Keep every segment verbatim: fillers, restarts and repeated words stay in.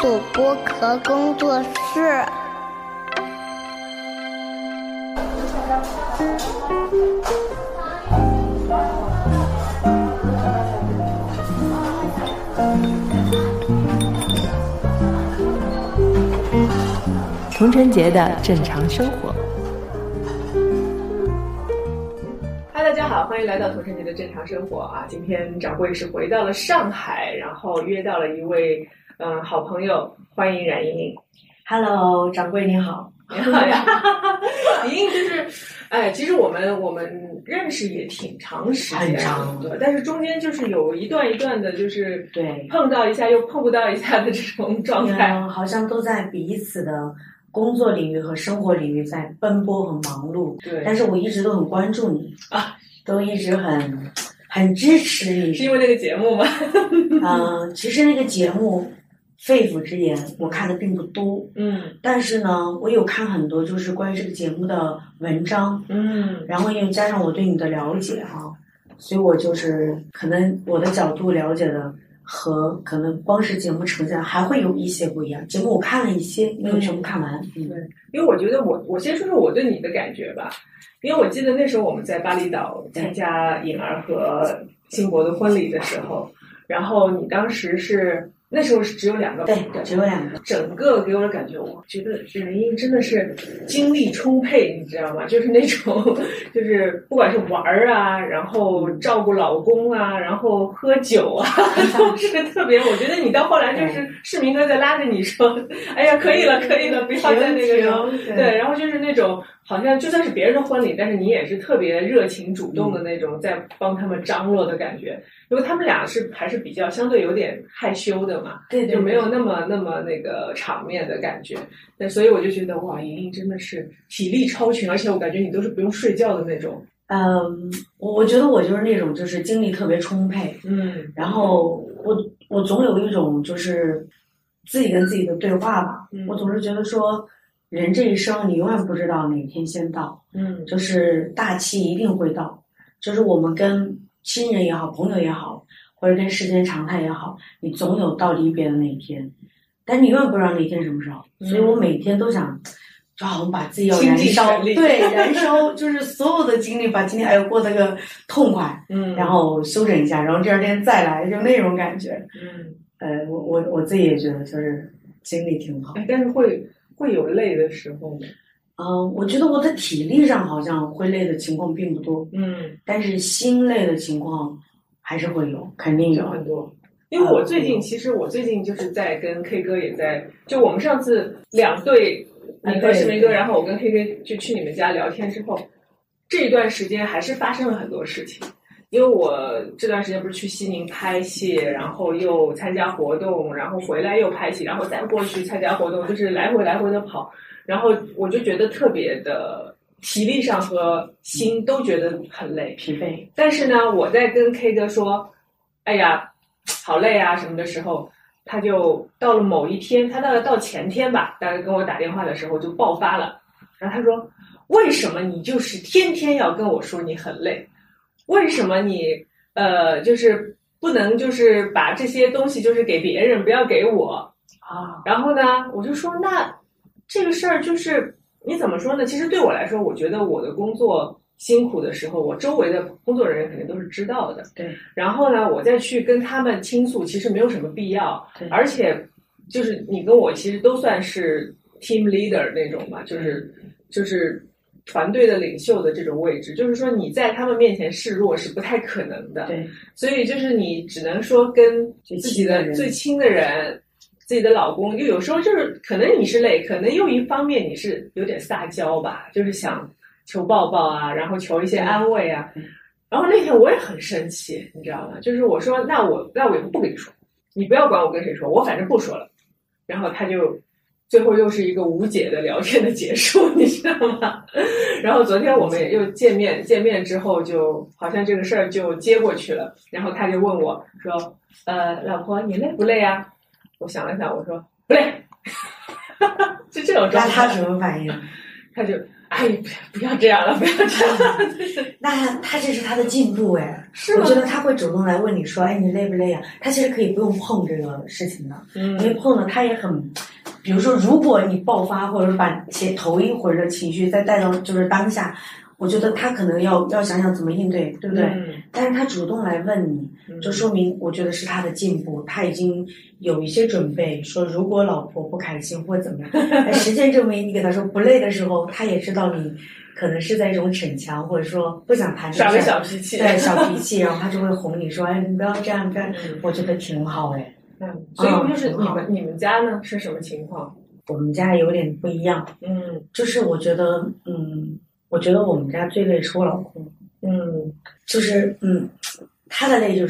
主播壳工作室。 童晨杰的正常生活。 大家好，欢迎来到童晨杰的正常生活啊！今天掌柜是回到了上海，然后约到了一位嗯好朋友，欢迎冉莹莹。 Hello， 掌柜你好。 你好呀，莹莹就是，哎，其实我们我们认识也挺长时间， 很长， 对，但是中间就是有一段一段的，就是对碰到一下又碰不到一下的这种状态， 嗯，好像都在彼此的工作领域和生活领域在奔波和忙碌。 对， 但是我一直都很关注你啊，都一直很很支持你。 是因为那个节目吗？ 嗯，其实那个节目肺腑之言我看的并不多， 嗯， 但是呢，我有看很多就是关于这个节目的文章， 嗯， 然后又加上我对你的了解哈、啊，所以我就是可能我的角度了解的和可能光是节目呈现还会有一些不一样。节目我看了一些，没有全部看完。 嗯，对，因为我觉得我我先说说我对你的感觉吧，因为我记得那时候我们在巴厘岛参加颖儿和辛博的婚礼的时候，然后你当时是。那时候是只有两个， 对，只有两个。 整个给我的感觉，我觉得冉莹真的是精力充沛，你知道吗？就是那种，就是不管是玩儿啊，然后照顾老公啊，然后喝酒啊，都是特别。我觉得你到后来就是世民哥在拉着你说：“哎呀，可以了，可以了，不要再那个了。”对，然后就是那种好像就算是别人的婚礼，但是你也是特别热情主动的那种，在帮他们张罗的感觉。因为他们俩是还是比较相对有点害羞的嘛， 对， 对， 对， 就没有那么那么那个场面的感觉。但所以我就觉得哇，莹莹真的是体力超群，而且我感觉你都是不用睡觉的那种。 嗯，我我觉得我就是那种就是精力特别充沛， 嗯， 然后我我总有一种就是自己跟自己的对话吧。 嗯， 我总是觉得说，人这一生你永远不知道哪天先到， 嗯， 就是大期一定会到，就是我们跟亲人也好，朋友也好，或者跟时间常态也好，你总有到离别的那一天，但你永远不知道那天什么时候。嗯、所以我每天都想，就好像把自己要燃烧，对，燃烧就是所有的精力，把今天哎呦过得个痛快， 嗯， 然后休整一下，然后第二天再来，就那种感觉。 嗯， 呃，我我我自己也觉得就是精力挺好， 哎，但是会会有累的时候吗？ 嗯、呃，我觉得我的体力上好像会累的情况并不多， 嗯， 但是心累的情况还是会有，肯定有很多。因为我最近、嗯、其实我最近就是在跟 K 哥也在，就我们上次两对，你和世明哥，然后我跟 K 哥就去你们家聊天之后，这一段时间还是发生了很多事情。因为我这段时间不是去西宁拍戏，然后又参加活动，然后回来又拍戏，然后再过去参加活动，就是来回来回的跑。然后我就觉得特别的体力上和心都觉得很累疲惫， 但是呢我在跟 K 哥说哎呀好累啊什么的时候，他就到了某一天，他大概到前天吧，大概跟我打电话的时候就爆发了。然后他说为什么你就是天天要跟我说你很累，为什么你呃就是不能就是把这些东西就是给别人，不要给我啊？然后呢我就说那这个事儿就是你怎么说呢？其实对我来说，我觉得我的工作辛苦的时候，我周围的工作人员肯定都是知道的。 对。 然后呢，我再去跟他们倾诉，其实没有什么必要。 对。 而且，就是你跟我其实都算是 team leader 那种嘛，就是就是团队的领袖的这种位置，就是说你在他们面前示弱是不太可能的。 对。 所以就是你只能说跟自己的最亲的人。自己的老公，又有时候就是可能你是累，可能又一方面你是有点撒娇吧，就是想求抱抱啊，然后求一些安慰啊。然后那天我也很生气，你知道吗？就是我说那我那我以后不跟你说，你不要管我跟谁说，我反正不说了。然后他就最后又是一个无解的聊天的结束，你知道吗？然后昨天我们也又见面，见面之后就好像这个事儿就接过去了。然后他就问我说：“呃，老婆你累不累啊？”我想了想，我说不累，就这种状态。 那他什么反应？ 他就哎，不要这样了，不要这样了。 那他这是他的进步哎， 是吗？ 我觉得他会主动来问你说，哎，你累不累啊？他其实可以不用碰这个事情的， 嗯， 因为碰了他也很，比如说，如果你爆发或者是把前头一会儿的情绪再带到就是当下，我觉得他可能要要想想怎么应对，对不对？ 嗯、 但是他主动来问你，就说明我觉得是他的进步，他已经有一些准备，说如果老婆不开心或怎么样，实践证明你给他说不累的时候，他也知道你可能是在一种逞强，或者说不想谈耍个小脾气， 对小脾气，然后他就会哄你说，哎，你不要这样干，嗯、我觉得挺好哎。 嗯，所以就是你们、嗯、你们家呢是什么情况？ 我们家有点不一样， 嗯， 就是我觉得，嗯，我觉得我们家最累是我老公，嗯，就是嗯，他的累就是，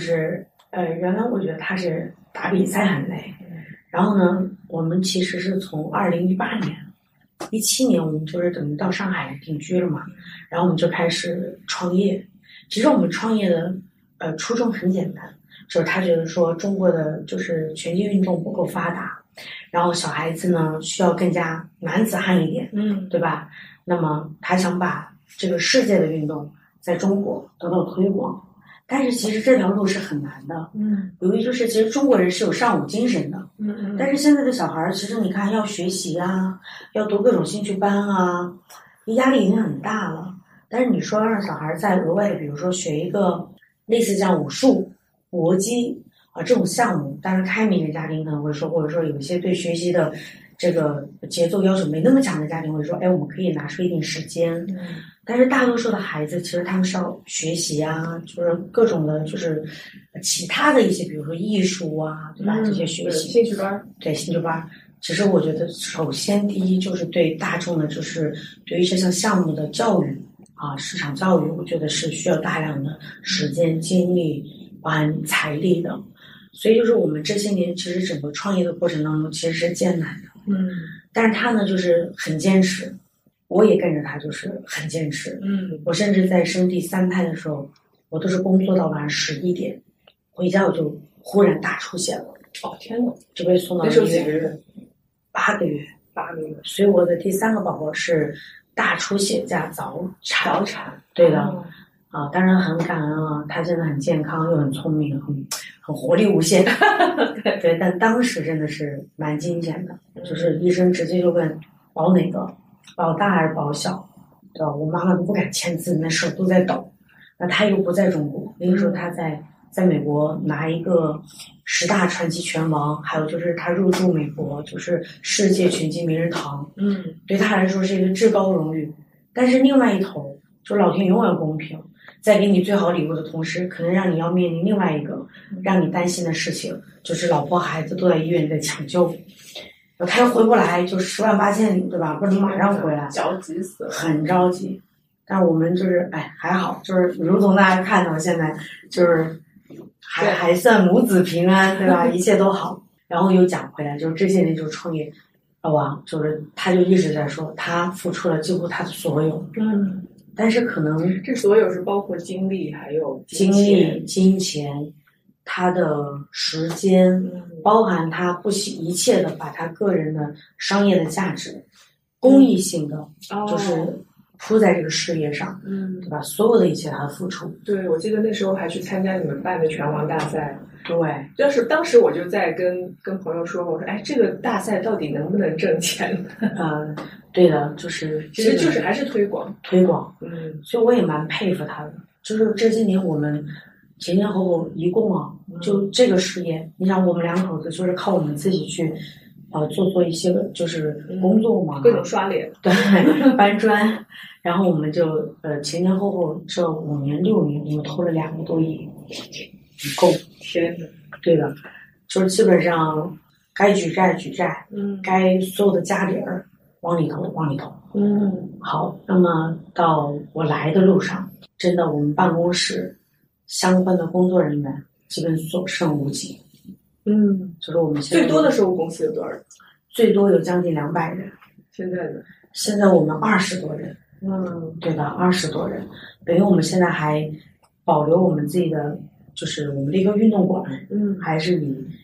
呃，原来我觉得他是打比赛很累，然后呢，我们其实是从二零一八年、一七年我们就是等于到上海定居了嘛，然后我们就开始创业。其实我们创业的呃初衷很简单，就是他觉得说中国的就是拳击运动不够发达。然后小孩子呢需要更加男子汉一点， 嗯， 对吧？那么他想把这个世界的运动在中国得到推广，但是其实这条路是很难的， 嗯， 由于就是其实中国人是有上午精神的， 嗯嗯， 但是现在的小孩其实你看要学习啊，要读各种兴趣班啊，压力已经很大了。但是你说让小孩再额外的，比如说学一个类似像武术、搏击。啊，这种项目，当然开明的家庭可能会说，或者说有一些对学习的这个节奏要求没那么强的家庭会说，哎，我们可以拿出一定时间。嗯，但是大多数的孩子，其实他们是要学习啊，就是各种的，就是其他的一些，比如说艺术啊，对吧？ 嗯、 这些学习兴趣班， 对兴趣班。其实我觉得，首先第一就是对大众的，就是对于这项项目的教育啊，市场教育，我觉得是需要大量的时间、精力、包含财力的。所以就是我们这些年其实整个创业的过程当中其实是艰难的， 嗯， 但是他呢就是很坚持，我也跟着他就是很坚持， 嗯， 我甚至在生第三胎的时候，我都是工作到晚上十一点，回家我就忽然大出血了， 哦天哪， 就被送到医院。 那时候几个月？ 八个月， 八个月。 所以我的第三个宝宝是大出血加早产， 早产， 对的。 哦啊，当然很感恩啊，他真的很健康又很聪明，很很活力无限。对对，但当时真的是蛮惊险的，就是医生直接就问保哪个，保大还是保小，对吧？我妈妈都不敢签字，那手都在抖。那他又不在中国，那个时候他在在美国拿一个十大传奇拳王，还有就是他入驻美国，就是世界拳击名人堂。 嗯， 对他来说是一个至高荣誉。但是另外一头，就老天永远公平。在给你最好礼物的同时，可能让你要面临另外一个让你担心的事情，就是老婆孩子都在医院在抢救，他又回不来，就十万八千里，对吧？不能马上回来， 着急死了， 很着急。但我们就是哎还好，就是如同大家看到现在就是还还算母子平安，对吧？一切都好。然后又讲回来，就是这些年就是创业，老王就是他就一直在说，他付出了几乎他的所有， 嗯。 但是可能这所有是包括精力还有精力、金钱，他的时间，嗯、包含他不惜一切的把他个人的商业的价值、嗯、公益性的， 哦、 就是铺在这个事业上， 嗯， 对吧？所有的一切他的付出。 对，我记得那时候还去参加你们办的拳王大赛。 对， 就是当时我就在跟跟朋友说，我说，哎，这个大赛到底能不能挣钱？ 呃，对的，就是其实就是还是推广， 推广， 嗯， 所以我也蛮佩服他的。就是这些年我们前前后后一共啊，就这个事业，你想我们两口子就是靠我们自己去，呃，做做一些就是工作嘛， 嗯、各种刷脸， 对，搬砖，然后我们就呃前前后后这五年六年，我们投了两个多亿。够， 天哪！ 对的，就是基本上该举债举债， 嗯， 该所有的家底儿往里头往里头， 嗯， 好。那么到我来的路上，真的我们办公室相关的工作人员基本所剩无几， 嗯， 就是我们现在最多的时候公司有多少人？ 最多有将近两百人， 现在呢？ 现在我们二十多人， 嗯， 对的，二十多人，等于我们现在还保留我们自己的。就是我们的一个运动馆， 嗯， 还是以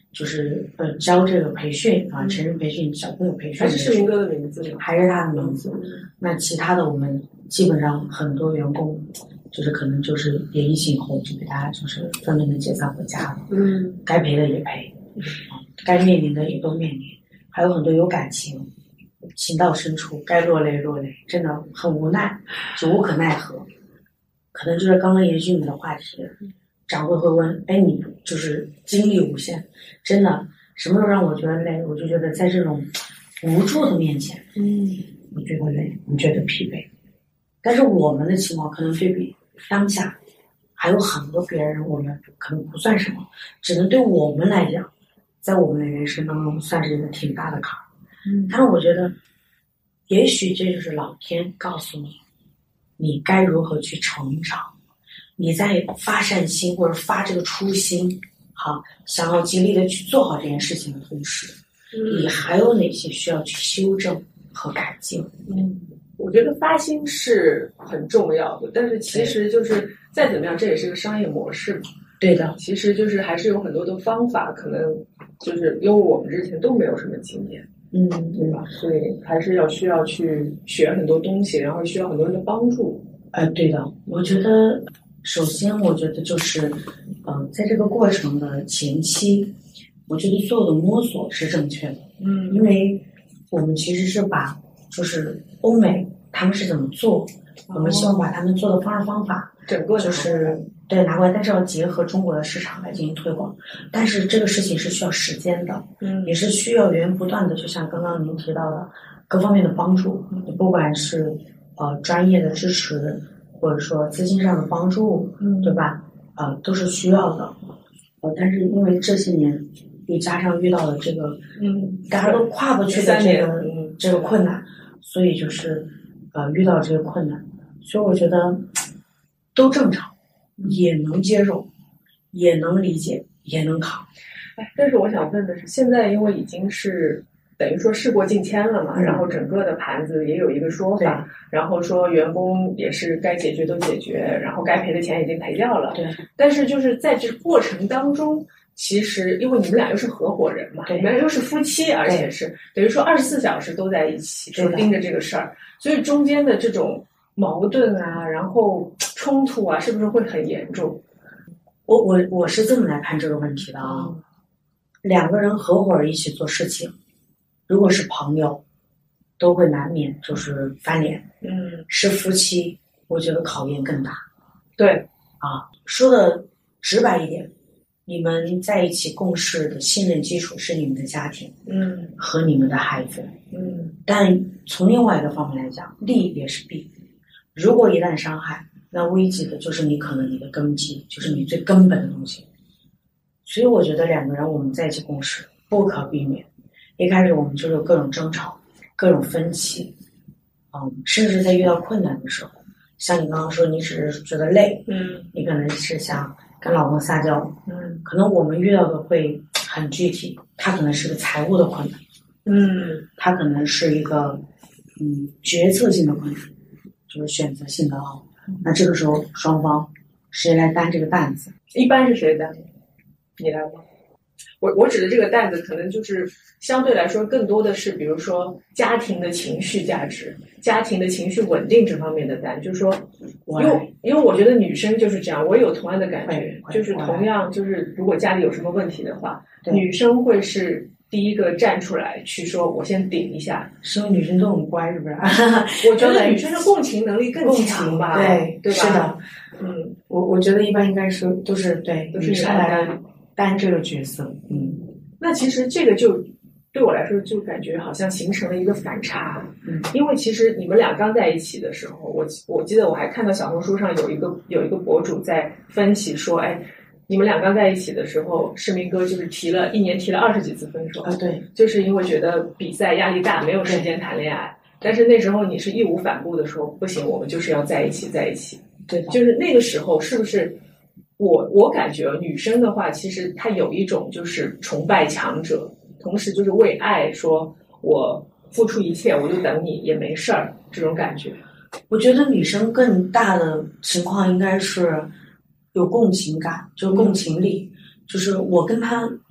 就是呃教这个培训啊，成人培训、小朋友培训， 还是世民哥的名字， 还是他的名字。那其他的我们基本上很多员工，就是可能就是也疫情后就给大家就是纷纷的解散回家了。嗯，该赔的也赔，啊，该面临的也都面临，还有很多有感情，情到深处该落泪落泪，真的很无奈，就无可奈何。可能就是刚刚延续你的话题。长辈会问，哎，你就是精力无限，真的什么时候让我觉得累？我就觉得在这种无助的面前，嗯，我觉得累，我觉得疲惫。但是我们的情况可能对比当下，还有很多别人，我们可能不算什么，只能对我们来讲，在我们的人生当中算是一个挺大的坎儿。嗯，但是我觉得，也许这就是老天告诉你，你该如何去成长。你在发善心或者发这个初心，好，想要极力的去做好这件事情的同时，嗯，你还有哪些需要去修正和改进？ 嗯，我觉得发心是很重要的，但是其实就是再怎么样，这也是个商业模式嘛。 对的， 其实就是还是有很多的方法，可能就是因为我们之前都没有什么经验，嗯，对吧？所以还是要需要去学很多东西，然后需要很多人的帮助。 呃，对的，我觉得。首先，我觉得就是，嗯、呃，在这个过程的前期，我觉得所有的摸索是正确的，嗯，因为我们其实是把就是欧美他们是怎么做，哦、我们希望把他们做的方式方法， 整个就是对拿过来，但是要结合中国的市场来进行推广，但是这个事情是需要时间的，嗯，也是需要源源不断的，就像刚刚您提到的各方面的帮助，你不管是呃专业的支持。或者说资金上的帮助，嗯，对吧？呃，都是需要的。呃，但是因为这些年又加上遇到了这个，嗯，大家都跨不去的这个、嗯、这个困难，所以就是呃遇到这个困难，所以我觉得都正常，也能接受，也能理解，也能扛。 哎，但是我想问的是，现在因为已经是。等于说事过境迁了嘛，嗯、然后整个的盘子也有一个说法，然后说员工也是该解决都解决，然后该赔的钱已经赔掉了。 对。 但是就是在这过程当中，其实因为你们俩又是合伙人嘛，你们俩又是夫妻，而且是等于说二十四小时都在一起，就盯着这个事儿，所以中间的这种矛盾啊，然后冲突啊，是不是会很严重？ 我我我是这么来看这个问题的啊，嗯、两个人合伙一起做事情。如果是朋友，都会难免就是翻脸。嗯，是夫妻，我觉得考验更大。 对啊，说的直白一点，你们在一起共事的信任基础是你们的家庭，嗯，和你们的孩子，嗯。但从另外一个方面来讲，利也是弊。如果一旦伤害，那危及的就是你可能你的根基，就是你最根本的东西。所以我觉得两个人我们在一起共事不可避免。一开始我们就有各种争吵，各种分歧，嗯，甚至在遇到困难的时候，像你刚刚说，你只是觉得累，嗯，你可能是想跟老公撒娇，嗯，可能我们遇到的会很具体，他可能是个财务的困难，嗯，他可能是一个嗯决策性的困难，就是选择性的啊。那这个时候双方谁来担这个担子？ 一般是谁担？你来吗？我我指的这个担子，可能就是相对来说更多的是，比如说家庭的情绪价值、家庭的情绪稳定这方面的担。就是说，因为因为我觉得女生就是这样，我也有同样的感觉，就是同样就是如果家里有什么问题的话，女生会是第一个站出来去说，我先顶一下。 是不是女生都很乖，是不是？ 我觉得女生的共情能力更强吧， 对对吧？ 是的，嗯，我我觉得一般应该是都是对都是女生来担这个角色，嗯， 那其实这个就对我来说就感觉好像形成了一个反差，嗯，因为其实你们俩刚在一起的时候，我我记得我还看到小红书上有一个有一个博主在分析说，哎，你们俩刚在一起的时候，世民哥就是提了一年提了二十几次分手啊，对， 就是因为觉得比赛压力大，没有时间谈恋爱。但是那时候你是义无反顾的说，不行，我们就是要在一起，在一起。 对， 就是那个时候是不是？我我感觉女生的话，其实她有一种就是崇拜强者，同时就是为爱说我付出一切，我就等你也没事儿这种感觉。 我觉得女生更大的情况应该是有共情感，就是共情力，嗯、就是我跟他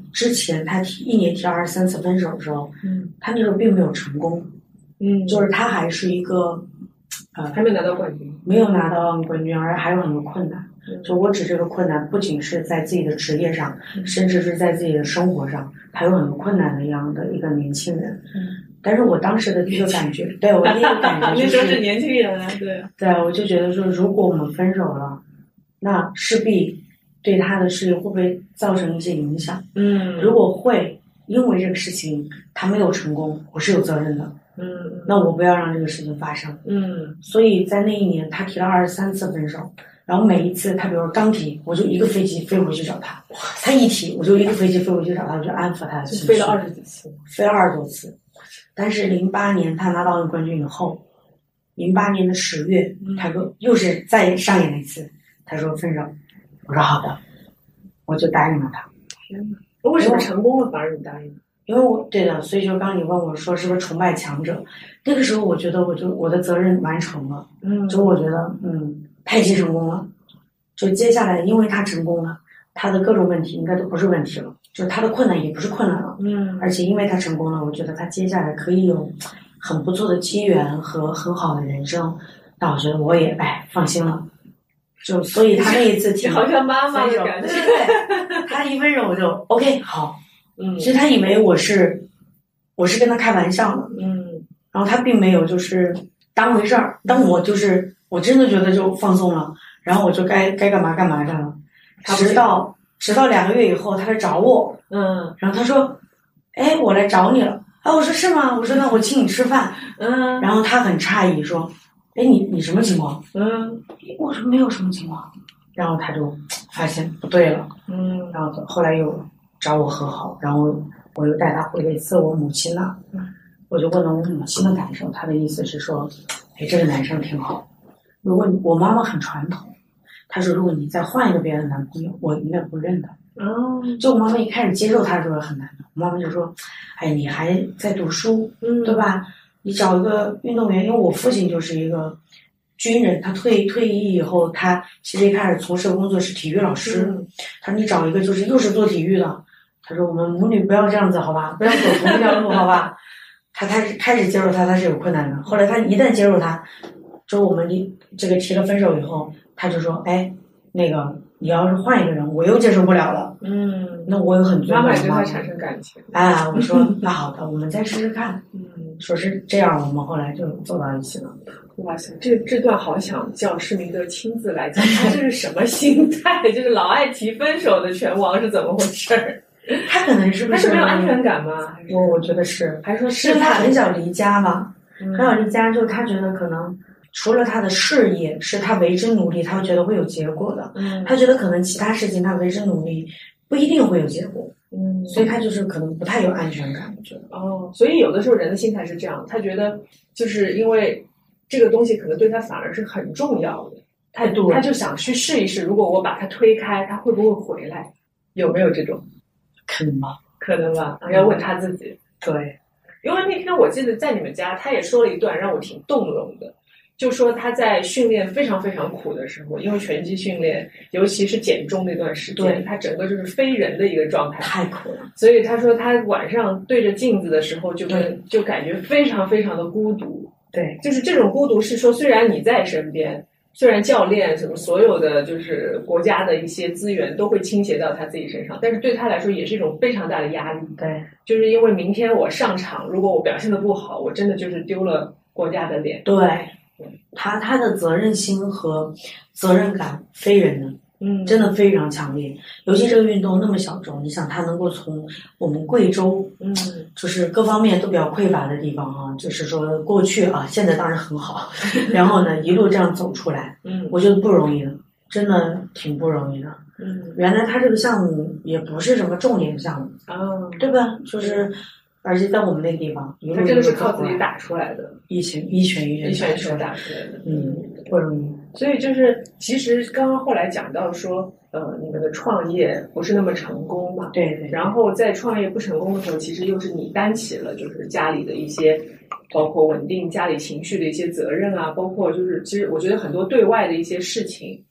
之前他提一年提二十三次分手的时候， 嗯， 他那时候并没有成功， 嗯， 就是他还是一个，呃， 还没拿到冠军， 没有拿到奥运冠军，而还有很多困难。 嗯、 就我指这个困难，不仅是在自己的职业上， 嗯、 甚至是在自己的生活上，他有很多困难的一样的一个年轻人。 嗯， 但是我当时的第一个感觉，对我第一个感觉就是， 那时候是年轻人啊，对， 对，我就觉得说，如果我们分手了，那势必对他的事业会不会造成一些影响？ 嗯， 如果会，因为这个事情他没有成功，我是有责任的。 嗯， 那我不要让这个事情发生。 嗯， 所以在那一年，他提了二十三次分手，然后每一次他比如说刚提，我就一个飞机飞回去找他；他一提，我就一个飞机飞回去找他，我就安抚他的情绪。 飞了二十几次， 飞了二十多次。但是零八年他拿到奥运冠军以后，零八年的十月， 嗯、 他说又是再上演了一次，他说分手，我说好的，我就答应了他。 天哪，为什么成功了反而你答应？ 因为我对的，所以就刚刚你问我说是不是崇拜强者，那个时候我觉得我就我的责任完成了， 嗯， 就我觉得嗯他已经成功了，就接下来因为他成功了，他的各种问题应该都不是问题了，就是他的困难也不是困难了， 嗯， 而且因为他成功了，我觉得他接下来可以有很不错的机缘和很好的人生，那我觉得我也哎放心了，就所以他那一次提好像妈妈的感觉， 对，他一分手我就 OK 好。 嗯， 其实他以为我是我是跟他开玩笑的， 嗯， 然后他并没有就是当回事儿，但我就是我真的觉得就放松了，然后我就该该干嘛干嘛干了，直到直到两个月以后，他来找我， 嗯， 然后他说，哎，我来找你了，啊，我说是吗？我说那我请你吃饭， 嗯， 然后他很诧异说，哎，你你什么情况？ 嗯， 我说没有什么情况，然后他就发现不对了， 嗯， 然后后来又找我和好，然后我又带他回了一次我母亲那， 嗯， 我就问了我母亲的感受，她的意思是说，哎，这个男生挺好。如果你我妈妈很传统，她说如果你再换一个别的男朋友，我应该不认的。 哦， 就我妈妈一开始接受他的时候很难的，我妈妈就说，哎，你还在读书， 嗯，对吧？你找一个运动员，因为我父亲就是一个军人，他退退役以后，他其实一开始从事的工作是体育老师。 嗯、 他说你找一个就是又是做体育的，他说我们母女不要这样子好吧，不要走同一条路好吧。他开始开始接受他，他是有困难的。后来他一旦接受他，就我们这个提了分手以后，他就说，哎，那个你要是换一个人，我又接受不了了。 嗯， 那我有很尊重妈妈也对他产生感情。 哎，我说那好的，我们再试试看。 嗯， 说是这样，我们后来就走到一起了。 哇塞，这这段好想叫施明德亲自来讲，他这是什么心态？就是老爱提分手的拳王是怎么回事儿？ 他可能是不是他是没有安全感吗？ 我我觉得是， 还是说是他很想离家嘛？ 嗯、 很想离家，就是他觉得可能除了他的事业是他为之努力，他会觉得会有结果的。 嗯， 他觉得可能其他事情他为之努力不一定会有结果。 嗯， 所以他就是可能不太有安全感，我觉得。 哦，所以有的时候人的心态是这样，他觉得就是因为这个东西可能对他反而是很重要的，他他就想去试一试，如果我把他推开，他会不会回来？有没有这种？ 可能吧， 可能吧，要问他自己。 对， 因为那天我记得在你们家，他也说了一段让我挺动容的。就说他在训练非常非常苦的时候，因为拳击训练，尤其是减重那段时间，他整个就是非人的一个状态， 太苦了。 所以他说他晚上对着镜子的时候就，就就感觉非常非常的孤独。 对， 就是这种孤独是说，虽然你在身边，虽然教练什么所有的就是国家的一些资源都会倾斜到他自己身上，但是对他来说也是一种非常大的压力。 对， 就是因为明天我上场，如果我表现的不好，我真的就是丢了国家的脸。 对。他他的责任心和责任感非人的， 嗯， 真的非常强烈。尤其这个运动那么小众，你想他能够从我们贵州， 嗯， 就是各方面都比较匮乏的地方啊，就是说过去啊，现在当然很好，然后呢一路这样走出来， 嗯， 我觉得不容易的，真的挺不容易的。 嗯， 原来他这个项目也不是什么重点项目， 哦， 对吧？就是。而且在我们那个地方， 他真的是靠自己打出来的， 一拳一拳一拳一拳一拳打出来的， 嗯，不容易。 所以就是，其实刚刚后来讲到说，呃，你们的创业不是那么成功嘛， 对对。 然后在创业不成功的时候，其实又是你担起了就是家里的一些，包括稳定家里情绪的一些责任啊，包括就是其实我觉得很多对外的一些事情，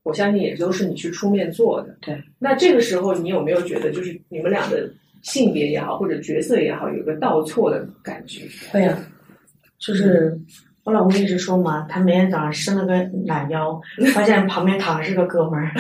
我相信也都是你去出面做的。 对， 那这个时候你有没有觉得，就是你们俩的性别也好，或者角色也好，有个倒错的感觉？ 会啊，就是我老公一直说嘛，他每天早上伸了个懒腰，发现旁边躺的是个哥们儿。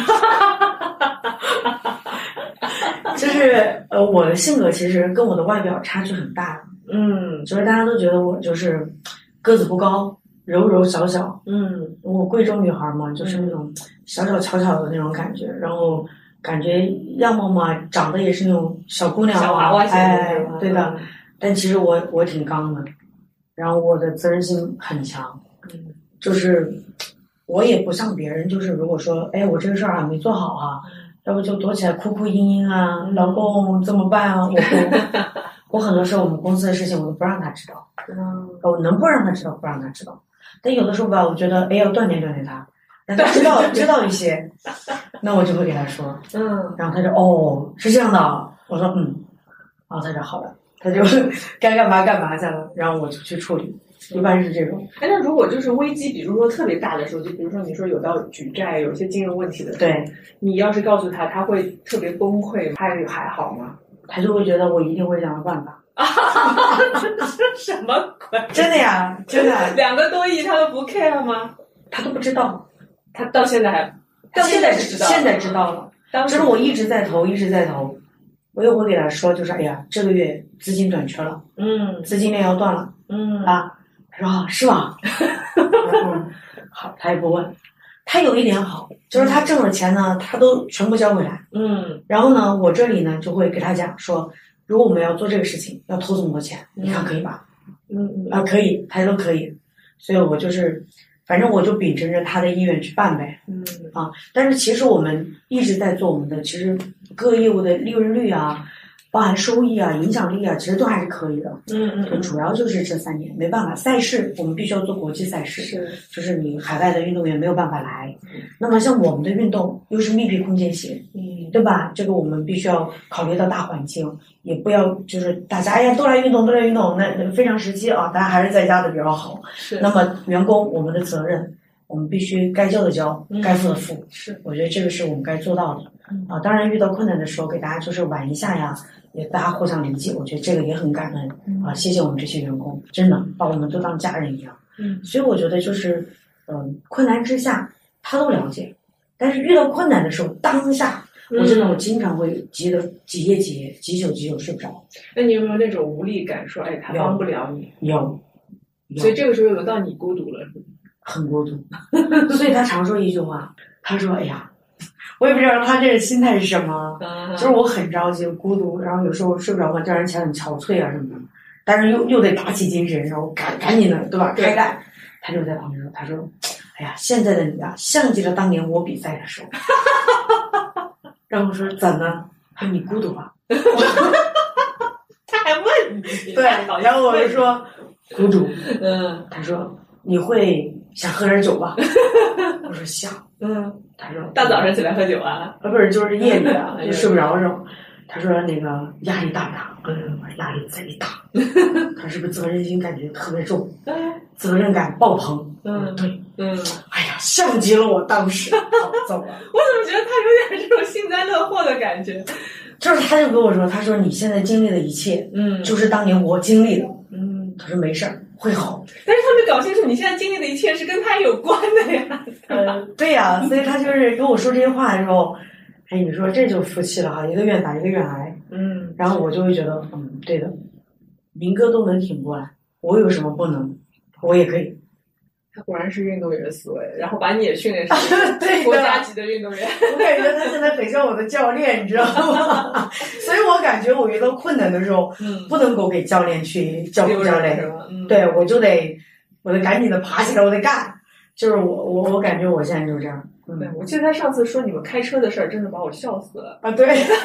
就是呃，我的性格其实跟我的外表差距很大。 嗯， 就是大家都觉得我就是个子不高，柔柔小小。 嗯， 我贵州女孩嘛，就是那种小小巧巧的那种感觉，然后感觉样貌嘛，长得也是那种小姑娘， 小娃娃型的， 哎，对的。但其实我我挺刚的，然后我的责任心很强。 嗯， 就是我也不像别人，就是如果说，哎，我这个事儿啊没做好啊，要不就躲起来哭哭嘤嘤啊， 嗯、 老公怎么办啊？我不，我很多时候我们公司的事情我都不让他知道， 嗯， 我能不让他知道不让他知道。但有的时候吧，我觉得哎要锻炼锻炼他，让他知道知道一些，那我就会给他说， 嗯， 然后他就哦是这样的，我说嗯，然后他就好了，他就该干嘛干嘛去了，然后我就去处理。一般是这种。 哎，那如果就是危机，比如说特别大的时候，就比如说你说有到举债，有一些金融问题的时候， 对， 你要是告诉他，他会特别崩溃，他还好吗？ 他就会觉得我一定会想到办法。 什么鬼？ 真的呀，真的。 两个多亿他都不 care 吗？ 他都不知道， 他到现在还，到现在是知道， 现在知道了。就是我一直在投，一直在投。我又会给他说，就是哎呀，这个月资金短缺了， 嗯， 资金链要断了， 嗯啊，他说、啊、是吧？嗯，好，他也不问。他有一点好，就是他挣了钱呢，他都全部交回来。 嗯， 然后呢，我这里呢就会给他讲说，如果我们要做这个事情，要投这么多钱，你看可以吧？ 嗯嗯啊，可以，他都可以。所以我就是，反正我就秉承着他的意愿去办呗。 嗯啊，但是其实我们一直在做我们的，其实各业务的利润率啊，包含收益啊、影响力啊，其实都还是可以的。 嗯嗯嗯， 主要就是这三年没办法，赛事我们必须要做国际赛事， 是， 就是你海外的运动员没有办法来。那么像我们的运动又是密闭空间型， 嗯， 对吧？这个我们必须要考虑到大环境，也不要就是大家哎呀都来运动都来运动，那那非常时期啊，大家还是在家的比较好。 是。 那么员工我们的责任，我们必须该交的交， 嗯、该付的付。 是， 我觉得这个是我们该做到的。 嗯、 啊，当然遇到困难的时候，给大家就是挽一下呀，也大家互相理解，我觉得这个也很感恩、 嗯、 啊！谢谢我们这些员工，真的把我们都当家人一样。 嗯， 所以我觉得就是，嗯、呃，困难之下他都了解，但是遇到困难的时候，当下我真的我经常会急得几夜几夜，几宿几宿睡不着。 那你有没有那种无力感，说哎他帮不了你？ 有，有所以这个时候轮到你孤独了，是吗？ 很孤独。所以他常说一句话，他说：“哎呀。”我也不知道他这个心态是什么， 嗯、 就是我很着急、孤独，然后有时候睡不着嘛，叫人起来很憔悴啊什么的，但是又又得打起精神，然后赶赶紧的，对吧？开干。他就在旁边说：“他说，哎呀，现在的你啊，像极了当年我比赛的时候。”然后我说：“怎么？他说你孤独吧？” 他还问你， 对，然后我就说孤独。 嗯， 他说你会想喝点酒吧？我说想。 嗯， 他说大早上起来喝酒啊？ 啊，不是，就是夜里啊，就睡不着的时候。他说那个压力大不大？嗯，压力贼大。他是不是责任心感觉特别重？ 嗯， 责任感爆棚。 嗯， 对， 嗯， 哎呀，像极了我当时。好，走了。 我怎么觉得他有点这种幸灾乐祸的感觉？ 就是他就跟我说，他说你现在经历的一切， 嗯， 就是当年我经历的。 嗯， 他说没事儿。会好， 但是他没搞清楚你现在经历的一切是跟他有关的呀。 呃，对呀，所以他就是跟我说这些话的时候，哎，你说这就服气了哈，一个愿打一个愿挨， 嗯， 然后我就会觉得，嗯，对的，明哥都能挺过来，我有什么不能？我也可以。 他果然是运动员思维，然后把你也训练成对国家级的运动员。 我感觉他现在很像我的教练，你知道吗？所以我感觉我遇到困难的时候， 嗯， 不能够给教练去教副教练， 是吧？嗯， 对，我就得，我得赶紧的爬起来，我得干。就是我我我感觉我现在就是这样。 嗯，对，我记得他上次说你们开车的事儿，真的把我笑死了啊！对，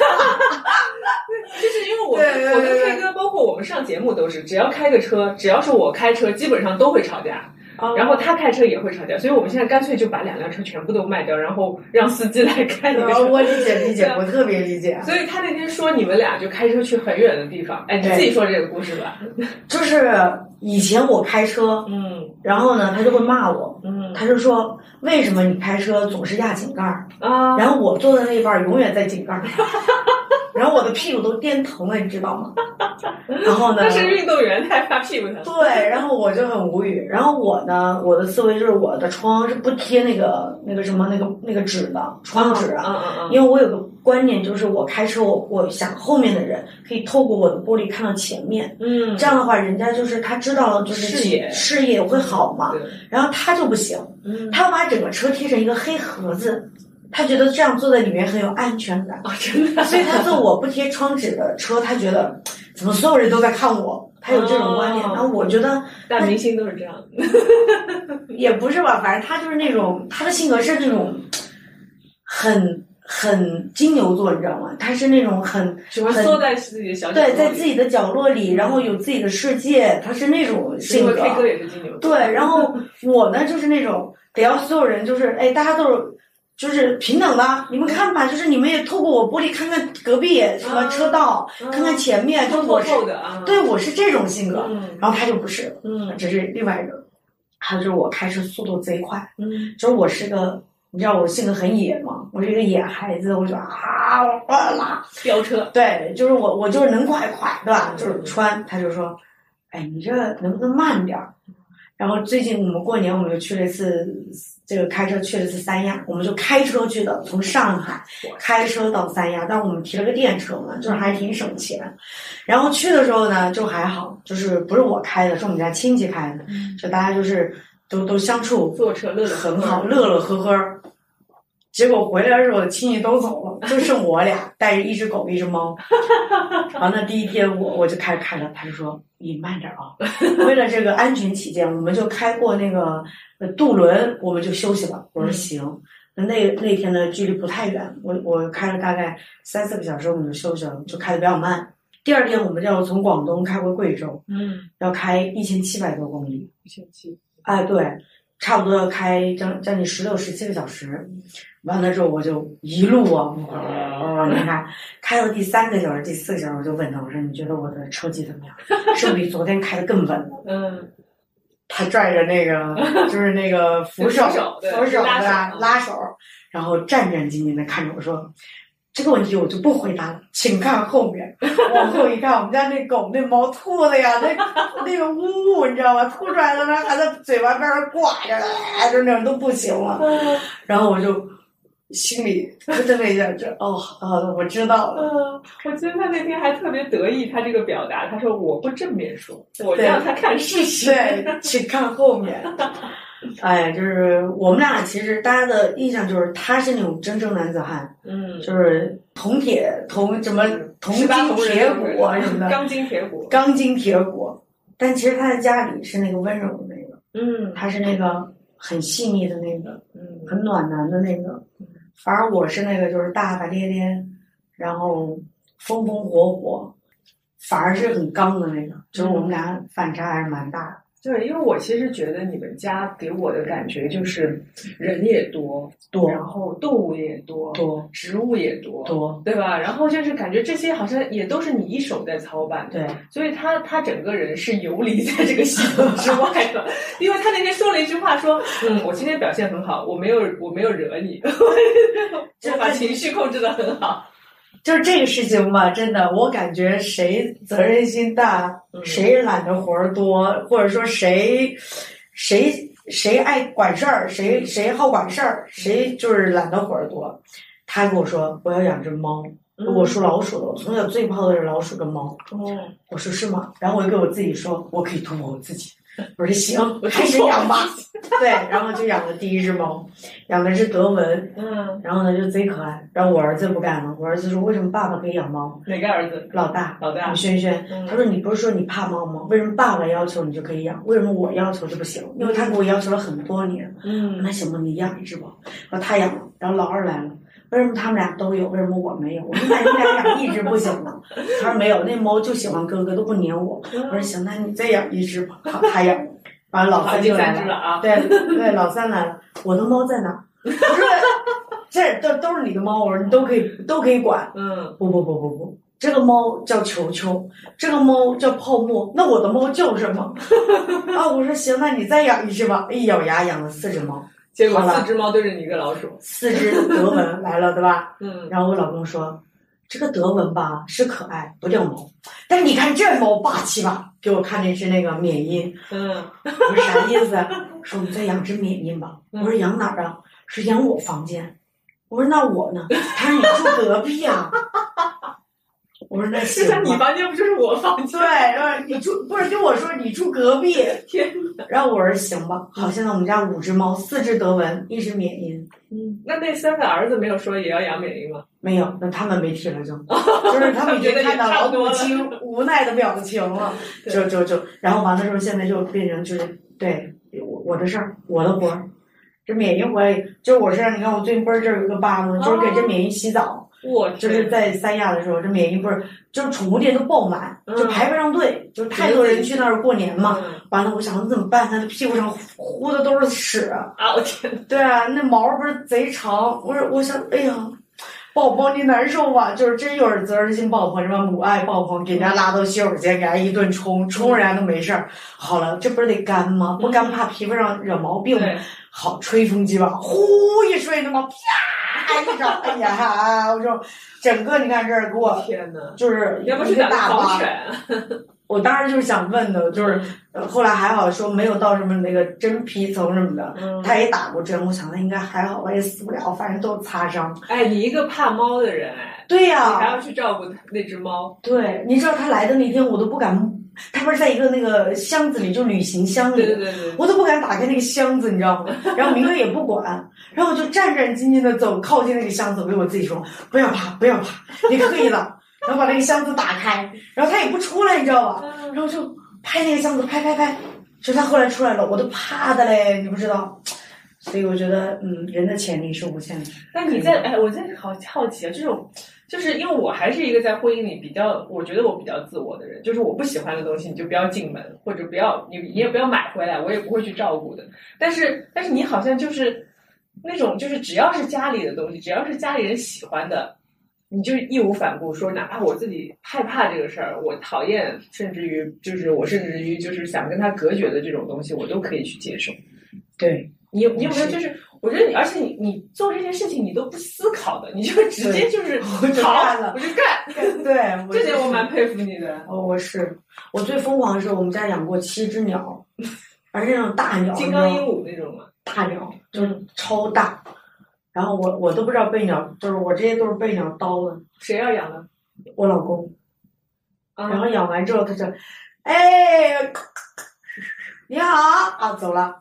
就是因为我我跟 K 哥，包括我们上节目都是，只要开个车，只要是我开车，基本上都会吵架。 哦、然后他开车也会吵架，所以我们现在干脆就把两辆车全部都卖掉，然后让司机来开那个车。 我理解理解，我特别理解。 所以他那天说你们俩就开车去很远的地方，哎，你自己说这个故事吧。 就是以前我开车， 嗯， 然后呢，他就会骂我， 嗯， 他就说为什么你开车总是压井盖啊？ 然后我坐在那一半永远在井盖上。然后我的屁股都颠疼了，你知道吗？然后呢？ 那是运动员太发屁股疼。 对，然后我就很无语。然后我呢，我的思维就是我的窗是不贴那个那个什么那个那个纸的窗纸啊， 嗯嗯嗯， 因为我有个观念，就是我开车我我想后面的人可以透过我的玻璃看到前面， 嗯， 这样的话人家就是他知道了就是视野视野会好嘛， 嗯、 然后他就不行， 嗯， 他要把整个车贴成一个黑盒子。他觉得这样坐在里面很有安全感， 哦，真的， 所以他坐我不贴窗纸的车，他觉得怎么所有人都在看我，他有这种观念。 哦、 然后我觉得大明星都是这样， 也不是吧，反正他就是那种他的性格是那种很很金牛座，你知道吗？他是那种很喜欢缩在自己的小角落里， 对，在自己的角落里，然后有自己的世界，他是那种性格。 因为 K 哥也是金牛座， 对，然后我呢就是那种得要所有人就是哎，大家都是。就是平等的，你们看吧，就是你们也透过我玻璃看看隔壁什么车道， 啊、 看看前面，就我是的啊， 对我是这种性格， 嗯、 然后他就不是， 嗯， 这是另外一个，还有就是我开车速度贼快， 嗯， 就是我是个，你知道我性格很野嘛，我是一个野孩子，我就啊我啦飙车， 对，就是我我就是能快快，对吧？就是穿，他就说，哎，你这能不能慢点儿？然后最近我们过年我们就去了一次，这个开车去了一次三亚，我们就开车去的，从上海开车到三亚，但我们提了个电车嘛，就是还挺省钱。然后去的时候呢，就还好，就是不是我开的，是我们家亲戚开的，就大家就是都都相处坐车乐得很好，乐乐呵呵。结果回来的时候，亲戚都走了，就剩我俩带着一只狗一只猫。然后那第一天我我就开始开了，他就说你慢点啊，为了这个安全起见，我们就开过那个渡轮，我们就休息了。我说行。那那那天的距离不太远，我我开了大概三四个小时，我们就休息了，就开的比较慢。第二天我们就要从广东开回贵州， 嗯， 要开一千七百多公里， 一千七， 哎，对，差不多要开将将近十六十七个小时。完了之后我就一路啊，哦，你看开到第三个小时、第四个小时，我就问他，我说你觉得我的车技怎么样？是不是比昨天开的更稳？ 嗯， 他拽着那个就是那个扶手，扶手拉手拉手，然后战战兢兢的看着我说。这个问题我就不回答了，请看后面。往后一看，我们家那狗那猫吐的呀，那那个呜，你知道吗？吐出来了，那还在嘴巴边上挂着，哎，就那种都不行了。然后我就心里咯噔了一下，就哦，好的，我知道了。 嗯，我记得他那天还特别得意，他这个表达，他说我不正面说，我让他看事实。 对，请看后面。哎，就是我们俩其实大家的印象就是他是那种真正男子汉， 嗯， 就是铜铁铜什么铜筋铁骨啊什么的， 钢筋铁骨， 钢筋铁骨。但其实他在家里是那个温柔的那个， 嗯， 他是那个很细腻的那个， 嗯， 很暖男的那个。反而我是那个就是大大咧咧，然后风风火火，反而是很刚的那个。就是我们俩反差还是蛮大的。 对，因为我其实觉得你们家给我的感觉就是人也多多， 然后动物也多多， 植物也多多， 对吧？然后就是感觉这些好像也都是你一手在操办的， 对， 所以他他整个人是游离在这个系统之外的。因为他那天说了一句话，说：“嗯，我今天表现很好，我没有我没有惹你，我把情绪控制得很好。” 就是这个事情吧，真的，我感觉谁责任心大，嗯、谁懒得活儿多，或者说谁谁谁爱管事儿，谁谁好管事儿，谁就是懒得活儿多。他跟我说我要养只猫， 嗯、 我属老鼠的，我从小最怕的是老鼠跟猫。 哦， 我说是吗？然后我就跟我自己说，我可以突破我自己。我说行，开始养吧。对，然后就养了第一只猫，养的是德文， 嗯， 然后呢就贼可爱。然后我儿子不干了，我儿子说为什么爸爸可以养猫？ 哪个儿子？ 老大， 老大， 轩轩。 嗯、 他说你不是说你怕猫吗？为什么爸爸要求你就可以养？为什么我要求就不行？因为他给我要求了很多年。 嗯， 那行吧，你养一只吧。然后他养了，然后老二来了。为什么他们俩都有？为什么我没有？我说那你俩养一只不行吗？他说没有，那猫就喜欢哥哥，都不粘我。我说行，那你再养一只吧。好，他养了。 完了老三就来了了啊！ 对对，老三来了，我的猫在哪？我说这都都是你的猫，我说你都可以都可以管。 嗯， 不不不不不，这个猫叫球球，这个猫叫泡沫，那我的猫叫什么？啊，我说行，那你再养一只吧。一咬牙养了四只猫， 结果四只猫对着你一个老鼠， 四只德文来了，对吧？ 嗯， 然后我老公说，这个德文吧是可爱，不掉毛，但是你看这猫霸气吧？给我看那只那个缅因， 嗯， 我说啥意思？说我们再养只缅因吧。我说养哪儿啊？是养我房间。我说那我呢？他说你住隔壁啊。我说那行吧。 你房间不就是我房间？ 对，然后你住不是跟我说你住隔壁？ 天哪！ 然后我说行吧。好，现在我们家五只猫，四只德文，一只缅因。 嗯，那那三个儿子没有说也要养缅因吗？ 没有，那他们没提了就，就是他们已经看到老母亲无奈的表情了，就就就，然后完了之后，现在就变成就是对我我的事儿，我的活儿。这缅因回来，就是我身上，你看我最近不是这儿有个疤吗？就是给这缅因洗澡。 我就是在三亚的时候，这缅因不是就是宠物店都爆满，就排不上队，就太多人去那儿过年嘛。完了，我想怎么办？他的屁股上糊的都是屎啊！我天！ 对啊，那毛不是贼长，我说我想，哎呀。爆棚你难受吧？就是真有点责任心爆棚，什么母爱爆棚，给人家拉到洗手间，给人家一顿冲，冲人家都没事儿。好了，这不是得干吗？不干怕皮肤上惹毛病吗？好，吹风机吧，呼一吹，他妈啪一张，哎呀，我就整个你看这儿给我， 天哪， 就是要不是打狂犬。 我当时就是想问的，就是后来还好说没有到什么那个真皮层什么的， 嗯、 他也打过针，我想他应该还好吧，也死不了，反正都有擦伤。 哎，你一个怕猫的人，哎， 对呀、啊， 你还要去照顾那只猫。 对，你知道他来的那天我都不敢，他不是在一个那个箱子里，就旅行箱里， 对对对对， 我都不敢打开那个箱子，你知道吗？然后明哥也不管，然后我就战战兢兢的走靠近那个箱子，我对我自己说不要怕，不要怕，你可以的。然后把那个箱子打开，然后他也不出来，你知道吧？然后就拍那个箱子，拍拍拍，就他后来出来了，我都怕的嘞，你不知道。所以我觉得，嗯，人的潜力是无限的。 那你在哎，我在好好奇啊，这种就是因为我还是一个在婚姻里比较，我觉得我比较自我的人，就是我不喜欢的东西你就不要进门，或者不要你你也不要买回来，我也不会去照顾的。但是但是你好像就是那种就是只要是家里的东西，只要是家里人喜欢的。你就义无反顾说，哪怕我自己害怕这个事儿，我讨厌，甚至于就是我甚至于就是想跟他隔绝的这种东西，我都可以去接受。 对， 你有你有没有就是，我觉得你，而且你你做这件事情你都不思考的，你就直接就是好，我就干。 对， 这点我蛮佩服你的。 哦，我是我最疯狂的时候，我们家养过七只鸟，而且那种大鸟， 金刚鹦鹉那种嘛， 大鸟就是超大。然后我我都不知道被鸟，就是我这些都是被鸟叨的。 谁要养的？ 我老公。 嗯、 然后养完之后，他就，哎，你好啊，走了。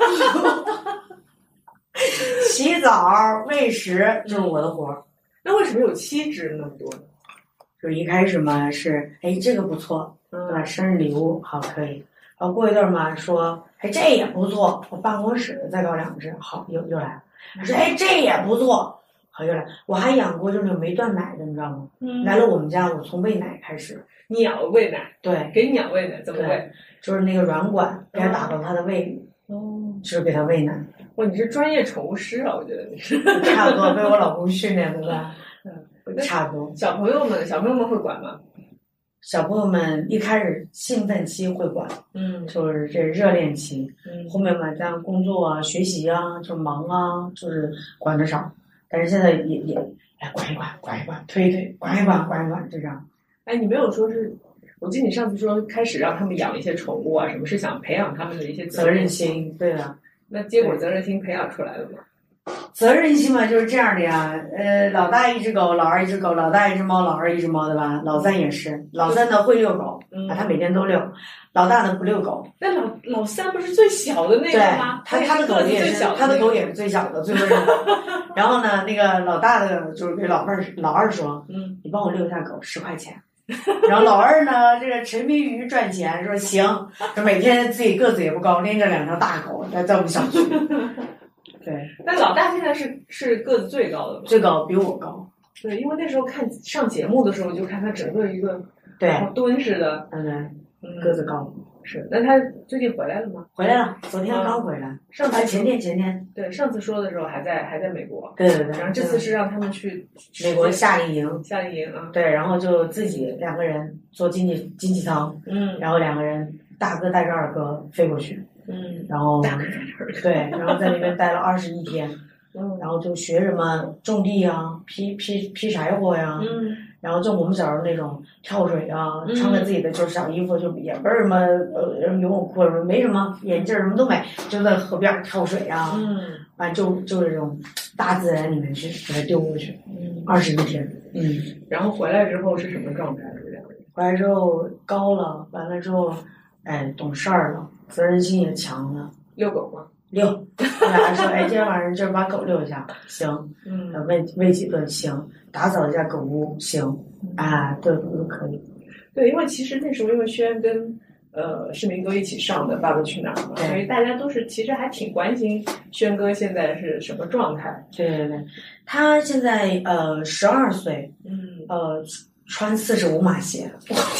洗澡、喂食就是我的活儿。 那为什么有七只那么多呢？ 就一开始嘛是，哎，这个不错，对吧？生日礼物好可以。然后过一段嘛说，哎，这也不错，我办公室再搞两只，好，又又来了。他说：“哎，这也不错。”好，又来。我还养过就是没断奶的，你知道吗？嗯。来了我们家，我从喂奶开始。 鸟喂奶。 对。 给鸟喂奶怎么喂？ 就是那个软管给它打到它的胃里。哦。就是给它喂奶。 哇，你是专业宠物师啊！我觉得你是。 差不多被我老公训练的吧？嗯，差不多。 小朋友们，小朋友们会管吗？ 小朋友们一开始兴奋期会管，嗯，就是这热恋期，嗯，后面嘛，像工作啊、学习啊，就忙啊，就是管得少。但是现在也也，哎，管一管，管一管，推一推，管一管，管一管，就这样。 哎，你没有说是，我记得你上次说开始让他们养一些宠物啊，什么是想培养他们的一些责任心？对的。 那结果责任心培养出来了吗？ 责任心嘛，就是这样的呀。呃，老大一只狗，老二一只狗，老大一只猫，老二一只猫，对吧？老三也是，老三呢会遛狗，嗯、啊，他每天都遛。老大呢不遛狗。 那老老三不是最小的那个吗？ 他他的狗也是，他的狗也是最小的，最温柔的。然后呢，那个老大的就是给老二老二说，嗯，你帮我遛一下狗，十块钱。然后老二呢，这个沉迷于赚钱，说行，每天自己个子也不高，拎着两条大狗在在我们小区。对， 但老大现在是是个子最高的吗？ 最高比我高。 对，因为那时候看上节目的时候，就看他整个一个对蹲似的， 嗯，个子高。 是，那他最近回来了吗？ 回来了，昨天刚回来。 嗯、上次、 啊、前天前天。 对，上次说的时候还在还在美国。 对对对。 然后这次是让他们去美国夏令营。 夏令营啊。 对，然后就自己两个人坐经济经济舱， 嗯， 然后两个人大哥带着二哥飞过去， 嗯， 然后大哥带着二哥， 对，然后在那边待了二十一天。 嗯， 然后就学什么种地啊，劈劈劈柴火呀， 嗯， 然后就我们小时候那种跳水啊，嗯、穿个自己的就是小衣服，就也不是什么呃游泳裤什么，没什么眼镜什么都没，就在河边跳水啊， 嗯， 完就就这种大自然里面去给它丢过去， 嗯， 二十一天，嗯， 然后回来之后是什么状态？ 回来之后高了，完了之后，哎，懂事儿了，责任心也强了。 遛狗吗？ 遛，我俩说，哎，今天晚上就是把狗遛一下，行， 嗯， 喂喂几顿行，打扫一下狗屋行，啊，对，都可以。 对，因为其实那时候因为轩跟呃世明哥一起上的《爸爸去哪儿》嘛，所以大家都是其实还挺关心轩哥现在是什么状态。 对对对，他现在呃十二岁， 嗯， 呃穿四十五码鞋。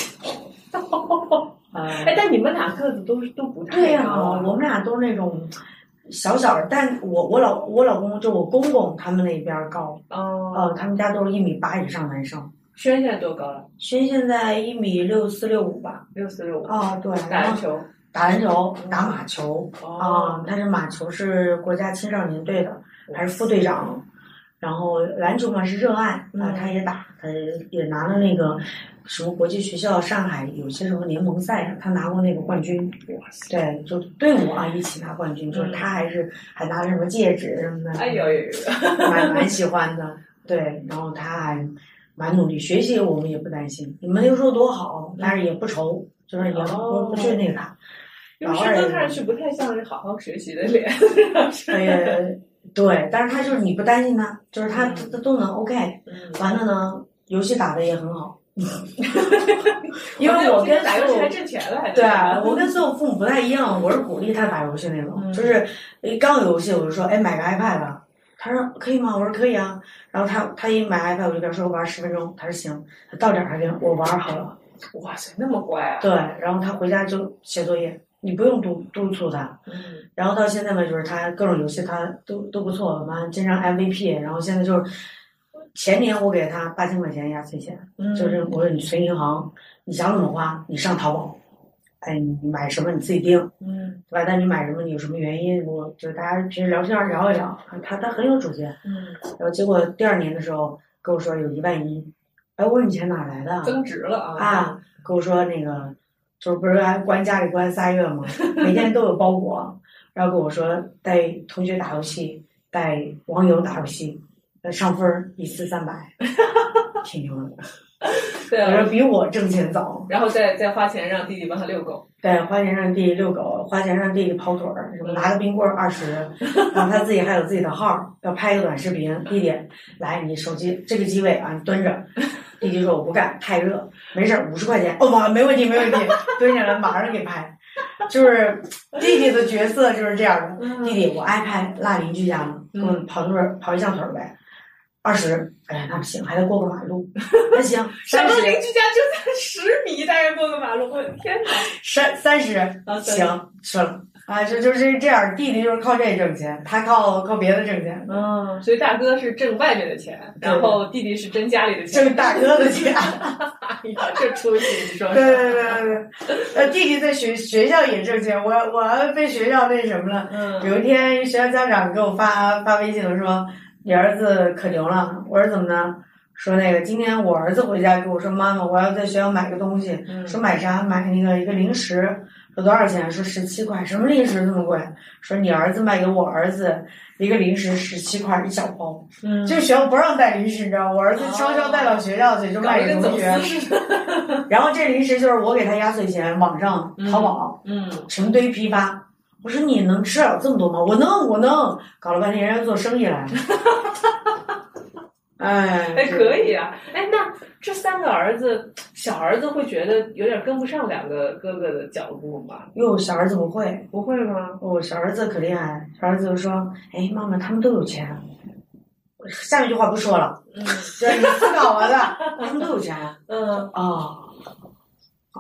哎，但你们俩个子都都不太高。 对呀、啊，我们俩都是那种小小的，但我我老我老公就我公公他们那边高， 哦， 呃，他们家都是一米八以上男生。 轩现在多高了？ 轩现在一米六四六五吧。 六四六五。 哦，对， 打篮球， 打篮球，打马球。 哦， 啊，他是马球是国家青少年队的，还是副队长。然后篮球嘛是热爱啊、呃，他也打，他也拿了那个什么国际学校上海有些什么联盟赛啊，他拿过那个冠军。 哇塞！ 对，就队伍啊一起拿冠军，嗯、就是他还是还拿了什么戒指什么的。 哎呦呦， 蛮蛮喜欢的。对，然后他还蛮努力，学习我们也不担心，你没有说多好，但是也不愁，就是也不、哦、不去那个他。 因为轩哥看上去不太像是好好学习的脸。 哎呀。对，但是他就是你不担心他，就是他他、嗯、都能 OK，、嗯、完了呢，游戏打得也很好。因为我跟打游戏还挣钱了，还对啊，我跟所有父母不太一样，我是鼓励他打游戏那种，嗯、就是刚有游戏我就说，哎，买个 iPad 吧，他说可以吗？我说可以啊。然后他他一买 iPad 我就跟他说玩十分钟，他说行，他到点儿还跟我玩好了。 哇塞，那么乖啊！ 对，然后他回家就写作业。你不用督督促他， 嗯， 然后到现在嘛，就是他各种游戏他都都不错，完经常 M V P， 然后现在就是前年我给他八千块钱压岁钱，嗯，就是我说你存银行，你想怎么花，你上淘宝，哎，你买什么你自己定， 嗯， 对吧？但你买什么你有什么原因，我就是大家平时聊天聊一聊，他他很有主见， 嗯， 然后结果第二年的时候跟我说有一万一，哎，我说你钱哪来的？ 增值了啊！ 啊，跟我说那个。就是不是还关家里关仨月吗？每天都有包裹，然后跟我说带同学打游戏，带网友打游戏，上分一次三百，挺牛的。 对啊， 我说比我挣钱早。 然后再再花钱让弟弟帮他遛狗。 对，花钱让弟弟遛狗，花钱让弟弟跑腿儿，什么拿个冰棍二十，然后他自己还有自己的号，要拍个短视频。弟弟，来你手机这个机位啊，你蹲着。弟弟说我不干，太热，没事，五十块钱，哦妈，没问题没问题，蹲下来马上给拍。就是弟弟的角色就是这样的，嗯、弟弟我爱拍落邻居家了，嗯，跑腿跑一下腿呗，二十，哎呀那不行，还得过个马路，那行， 什么邻居家就在十米，大概过个马路，我的天哪， 三三十，行，说了。啊，就就是这样，弟弟就是靠这挣钱，他靠靠别的挣钱。 嗯，所以大哥是挣外面的钱，然后弟弟是挣家里的钱， 挣大哥的钱。 哎呀，这出息，你说？ 对对对对对，呃，弟弟在学学校也挣钱，我我还被学校那什么了。嗯。有一天，学校家长给我发发微信了，说你儿子可牛了。我说怎么呢？说那个今天我儿子回家跟我说，妈妈，我要在学校买个东西。嗯。说买啥？买那个一个零食。说多少钱？说十七块。什么零食这么贵？说你儿子卖给我儿子一个零食十七块一小包。嗯，就学校不让带零食，你知道，我儿子悄悄带到学校去，就卖给同学。然后这零食就是我给他压岁钱，网上淘宝，嗯，成堆批发。我说你能吃了这么多吗？我能，我能。搞了半天人家做生意来了。哎， 哎，可以啊！哎，那这三个儿子，小儿子会觉得有点跟不上两个哥哥的脚步吗？ 哟，小儿子不会， 不会吗？ 哦，小儿子可厉害，小儿子就说：“哎，妈妈，他们都有钱。”下面一句话不说了，嗯，就是你思考完的，他们都有钱。嗯，哦，哦，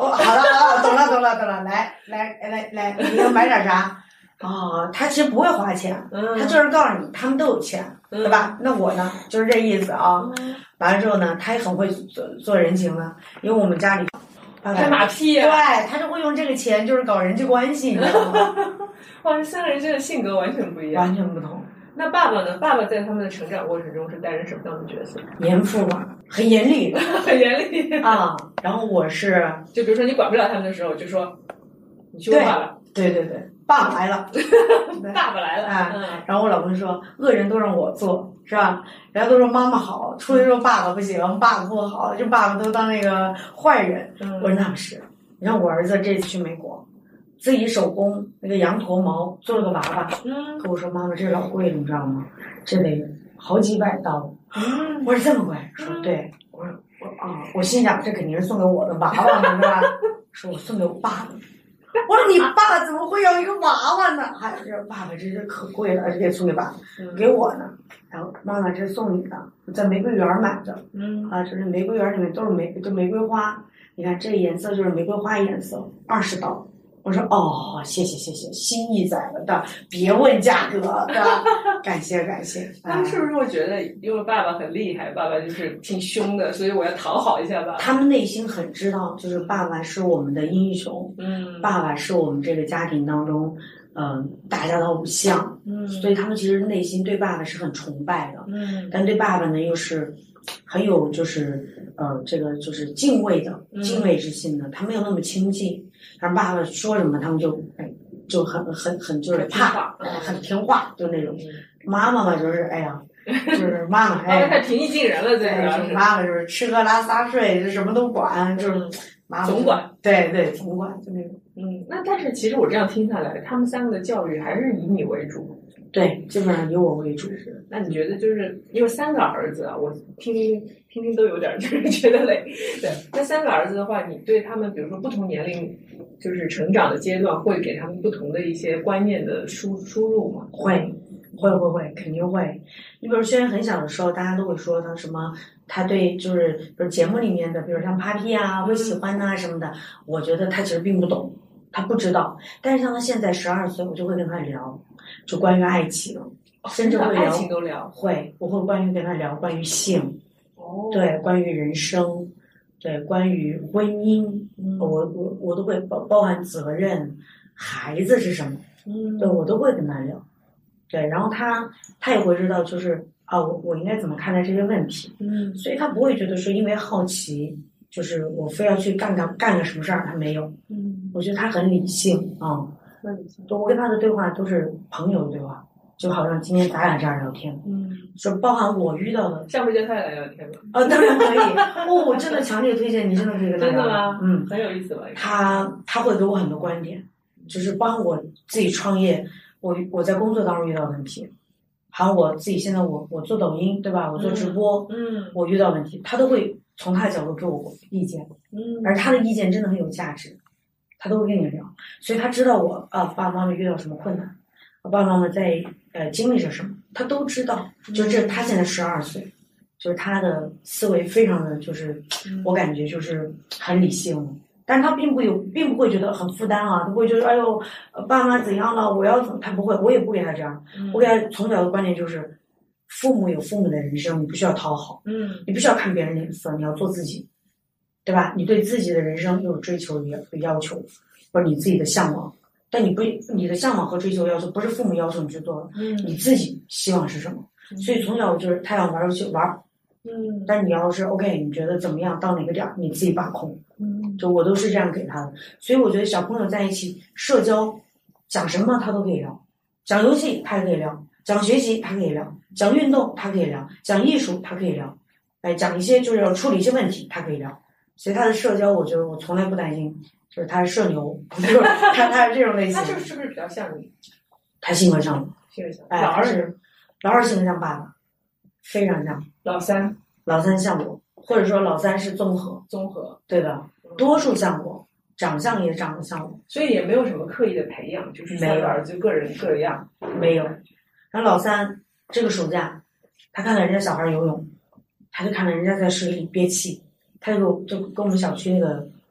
哦，好了好了，懂了懂了懂了，来来来来，你要买点啥？哦，他其实不会花钱， 嗯， 他就是告诉你他们都有钱， 嗯、 对吧？那我呢，就是这意思啊。 嗯、 完了之后呢，他也很会做做人情呢，因为我们家里拍马屁呀、 啊，对，他就会用这个钱就是搞人际关系，你知道吗？ 哇，这三个人真的性格完全不一样， 完全不同。 那爸爸呢？爸爸在他们的成长过程中是担任什么样的角色？ 严父吧，很严厉， 很严厉啊。然后我是， 就比如说你管不了他们的时候，就说你去问爸爸。 对对对，爸爸来了， 爸爸来了啊、 嗯。 然后我老公就说，恶人都让我做，是吧？人家都说妈妈好，出去说爸爸不行，爸爸不好，就爸爸都当那个坏人。 嗯、 我说那不是，你看我儿子这次去美国。自己手工那个羊驼毛做了个娃娃， 嗯， 跟我说妈妈这老贵了，你知道吗？这得好几百刀。 嗯， 我说这么贵？说对。我说我啊，我心想这肯定是送给我的娃娃嘛，是吧？说我送给我爸爸。我说你爸怎么会要一个娃娃呢？还这爸爸这是可贵了，而且送给爸爸， 嗯、 给我呢。然后妈妈这是送你的，在玫瑰园买的。 嗯啊，这是玫瑰园里面都是玫就玫瑰花，你看这颜色就是玫瑰花颜色，二十刀。我说哦，谢谢谢谢，心意在了的，别问价格的，感谢感谢。 他们是不是会觉得，因为爸爸很厉害，爸爸就是挺凶的，所以我要讨好一下爸爸？ 他们内心很知道，就是爸爸是我们的英雄， 嗯， 爸爸是我们这个家庭当中，嗯、呃，大家的偶像， 嗯， 所以他们其实内心对爸爸是很崇拜的， 嗯， 但对爸爸呢又是很有就是呃这个就是敬畏的敬畏之心的，他没有那么亲近。然后爸爸说什么，他们就哎就很很很就是怕，很, 很听话，就那种。妈妈嘛，就是哎呀，就是妈妈，哎， 太平易近人了，这个妈妈就是吃喝拉撒睡，就什么都管，就是妈妈总管， 对对，总管就那种。 嗯，那但是其实我这样听下来，他们三个的教育还是以你为主。 对，基本上以我为主。 是，那你觉得就是因为三个儿子啊，我听听听听都有点就是觉得累。对，那三个儿子的话，你对他们，比如说不同年龄，就是成长的阶段，会给他们不同的一些观念的输输入吗？ 会，会会会，肯定会。你比如轩轩很小的时候，大家都会说他什么，他对就是比如节目里面的，比如像 Papi 啊，会喜欢啊什么的，我觉得他其实并不懂。他不知道，但是像他现在十二岁，我就会跟他聊，就关于爱情， 哦、 甚至会聊爱情都聊， 会，我会关于跟他聊关于性， 哦， 对，关于人生，对，关于婚姻， 嗯、 我我我都会包包含责任，孩子是什么， 嗯， 对我都会跟他聊，对，然后他他也会知道，就是啊，我我应该怎么看待这些问题， 嗯， 所以他不会觉得说因为好奇。就是我非要去干干干个什么事儿，他没有。 嗯， 我觉得他很理性啊。 很理性。 我跟他的对话都是朋友的对话，就好像今天咱俩这样聊天。 嗯， 说包含我遇到的。 下回叫他来聊天吧。 啊、哦，当然可以。哦，我真的强烈推荐你，真的可以跟他聊。 真的吗？ 嗯， 很有意思吧？ 他他会给我很多观点，就是帮我自己创业，我我在工作当中遇到问题，还有我自己现在我我做抖音对吧？我做直播， 嗯， 我遇到问题，他都会。从他的角度给我意见， 嗯， 而他的意见真的很有价值，他都会跟你聊，所以他知道我啊爸爸妈妈遇到什么困难，我爸爸妈妈在呃经历着什么，他都知道。就这，他现在十二岁，就是他的思维非常的就是， 嗯、 我感觉就是很理性，但是他并不有，并不会觉得很负担啊，他不会觉得哎呦，爸妈怎样了，我要怎么，他不会，我也不给他这样， 嗯、 我给他从小的观念就是。父母有父母的人生，你不需要讨好， 嗯， 你不需要看别人脸色，你要做自己，对吧？你对自己的人生有追求、有要求，或者你自己的向往，但你不，你的向往和追求要求不是父母要求你去做的， 嗯， 你自己希望是什么？嗯、所以从小就是他要玩游戏玩， 嗯， 但你要是 OK， 你觉得怎么样？到哪个点你自己把控， 嗯， 就我都是这样给他的。所以我觉得小朋友在一起社交，讲什么他都可以聊，讲游戏他也可以聊。讲学习他可以聊，讲运动他可以聊，讲艺术他可以聊，哎，讲一些就是要处理一些问题他可以聊，所以他的社交我觉得我从来不担心，就是他是社牛，就是他他是这种类型。 他是不是不是比较像你？ 他性格像我， 性格像。 哎， 老二是老二性格像爸爸，非常像。 老三老三像我，或者说老三是综合综合， 对的，多数像我。长相也长得像我， 所以也没有什么刻意的培养，就是三个儿子个人各样， 没有。然后老三这个暑假，他看到人家小孩游泳，他就看到人家在水里憋气，他就就跟我们小区那个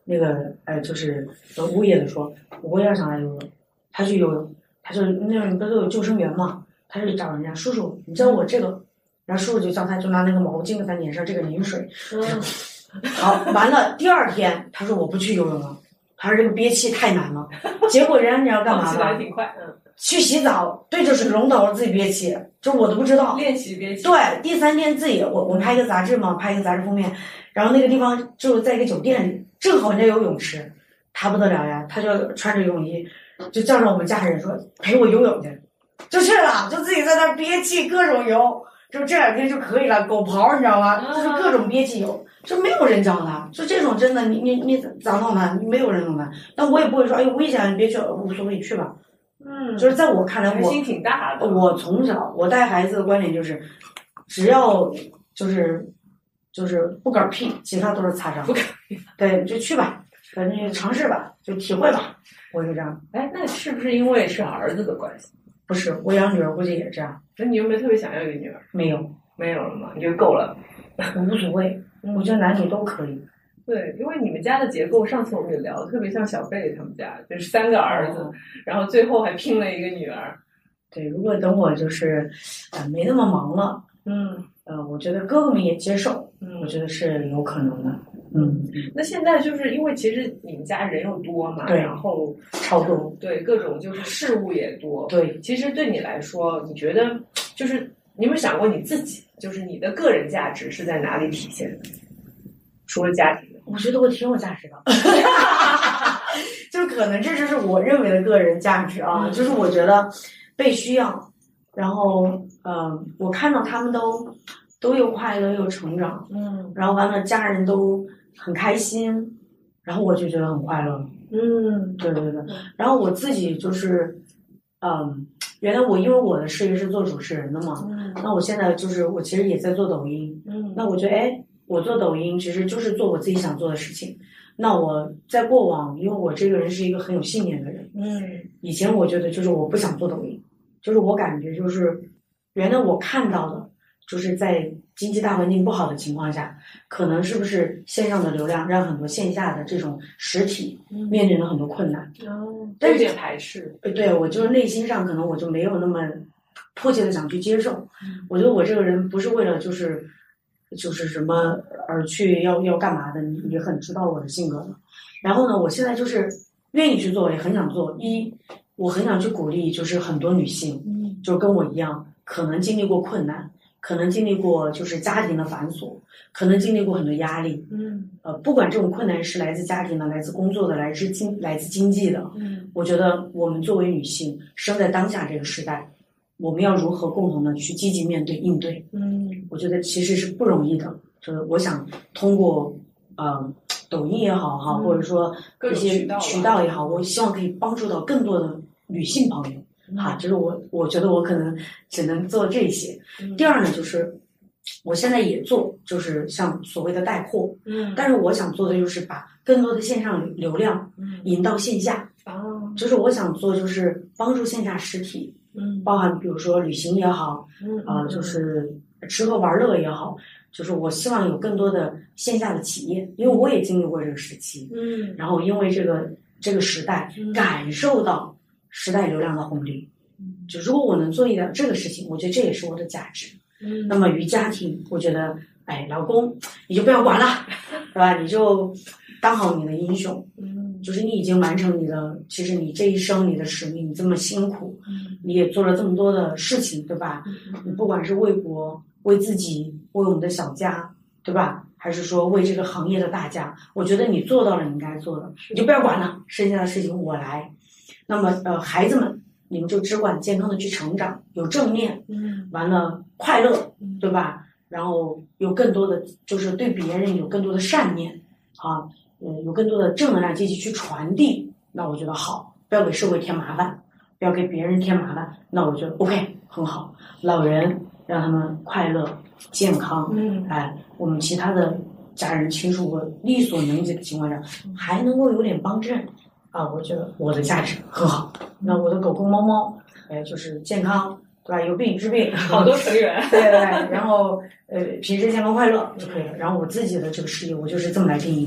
那个呃就是物业的说，我也想来游泳，他去游泳，他就那种不是都有救生员嘛，他就找人家叔叔，你教我这个，然后叔叔就叫他就拿那个毛巾给他拧上这个淋水，嗯，好，完了第二天他说我不去游泳了，他说这个憋气太难了，结果人家你要干嘛吧？ 挺快，嗯。 去洗澡，对着水龙头自己憋气，就我都不知道。 练习憋气。 对，第三天自己，我我拍一个杂志嘛，拍一个杂志封面，然后那个地方就在一个酒店里，正好人家有泳池，他不得了呀，他就穿着游泳衣，就叫上我们家人说陪我游泳去，就去了，就自己在那儿憋气，各种游，就这两天就可以了，狗刨你知道吗？就是各种憋气游，就没有人教他，就这种真的，你你你咋弄的？没有人弄的，但我也不会说，哎呦危险，你别去，无所谓，去吧。 嗯， 就是在我看来，我心挺大的。 我从小我带孩子的观点就是，只要就是就是不嗝屁，其他都是擦伤。 不嗝屁， 对，就去吧，反正尝试吧，就体会吧。我就这样。 哎，那是不是因为是儿子的关系？ 不是，我养女儿估计也这样。 那你有没有特别想要一个女儿？ 没有， 没有了吗？你觉得够了？ 我无所谓，我觉得男女都可以。 对，因为你们家的结构，上次我们也聊，特别像小贝他们家，就是三个儿子，哦、然后最后还拼了一个女儿。 对，如果等我就是呃没那么忙了， 嗯， 呃，我觉得哥哥们也接受，嗯，我觉得是有可能的。嗯， 那现在就是因为其实你们家人又多嘛， 对， 然后超多， 对，各种就是事物也多， 对， 其实对你来说，你觉得就是你有没有想过你自己，就是你的个人价值是在哪里体现的？除了家庭。 我觉得我挺有价值的，就是可能这就是我认为的个人价值啊，嗯、就是我觉得被需要，然后呃，我看到他们都都有快乐有成长，嗯，然后完了家人都很开心，然后我就觉得很快乐，嗯，对对对，然后我自己就是嗯，原来我因为我的事业是做主持人的嘛，嗯，那我现在就是我其实也在做抖音，嗯，那我觉得哎。我做抖音其实就是做我自己想做的事情。那我在过往，因为我这个人是一个很有信念的人，嗯，以前我觉得就是我不想做抖音，就是我感觉就是原来我看到的，就是在经济大环境不好的情况下，可能是不是线上的流量让很多线下的这种实体面临了很多困难， 哦，但是有点排斥。 对，我就是内心上可能我就没有那么迫切的想去接受。嗯、我觉得我这个人不是为了就是。就是什么而去要要干嘛的，你也很知道我的性格了。然后呢，我现在就是愿意去做，也很想做。一，我很想去鼓励，就是很多女性，嗯，就跟我一样，可能经历过困难，可能经历过就是家庭的繁琐，可能经历过很多压力，嗯，呃，不管这种困难是来自家庭的、来自工作的、来自经来自经济的，嗯，我觉得我们作为女性，生在当下这个时代。我们要如何共同的去积极面对应对？嗯，我觉得其实是不容易的。就是我想通过呃抖音也好哈，嗯、或者说一些渠道也好，我希望可以帮助到更多的女性朋友。嗯、哈，就是我我觉得我可能只能做这些。嗯、第二呢，就是我现在也做，就是像所谓的带货。嗯，但是我想做的就是把更多的线上流量引到线下。哦，就是我想做，就是帮助线下实体。嗯，包含比如说旅行也好，嗯啊、呃，就是吃喝玩乐也好，就是我希望有更多的线下的企业，因为我也经历过这个时期，嗯，然后因为这个这个时代、嗯、感受到时代流量的红利，嗯，就如果我能做一点这个事情，我觉得这也是我的价值。嗯，那么于家庭，我觉得，哎，老公你就不要管了，对吧？你就当好你的英雄。嗯。就是你已经完成你的，其实你这一生你的使命，你这么辛苦，嗯、你也做了这么多的事情，对吧？嗯、你不管是为国、为自己、为我们的小家，对吧？还是说为这个行业的大家，我觉得你做到了你应该做的，你就不要管了，剩下的事情我来。那么呃，孩子们，你们就只管健康的去成长，有正面，嗯，完了快乐，对吧？然后有更多的，就是对别人有更多的善念啊。呃，有更多的正能量积极去传递，那我觉得好，不要给社会添麻烦，不要给别人添麻烦，那我觉得 OK 很好。老人让他们快乐健康，嗯，哎，我们其他的家人亲属我力所能及的情况下，还能够有点帮衬啊，我觉得我的价值很好。那我的狗狗猫猫，哎，就是健康，对吧？有病治病， 好多成员， 对对对，然后呃，平时健康快乐就可以了。然后我自己的这个事业，我就是这么来定义的。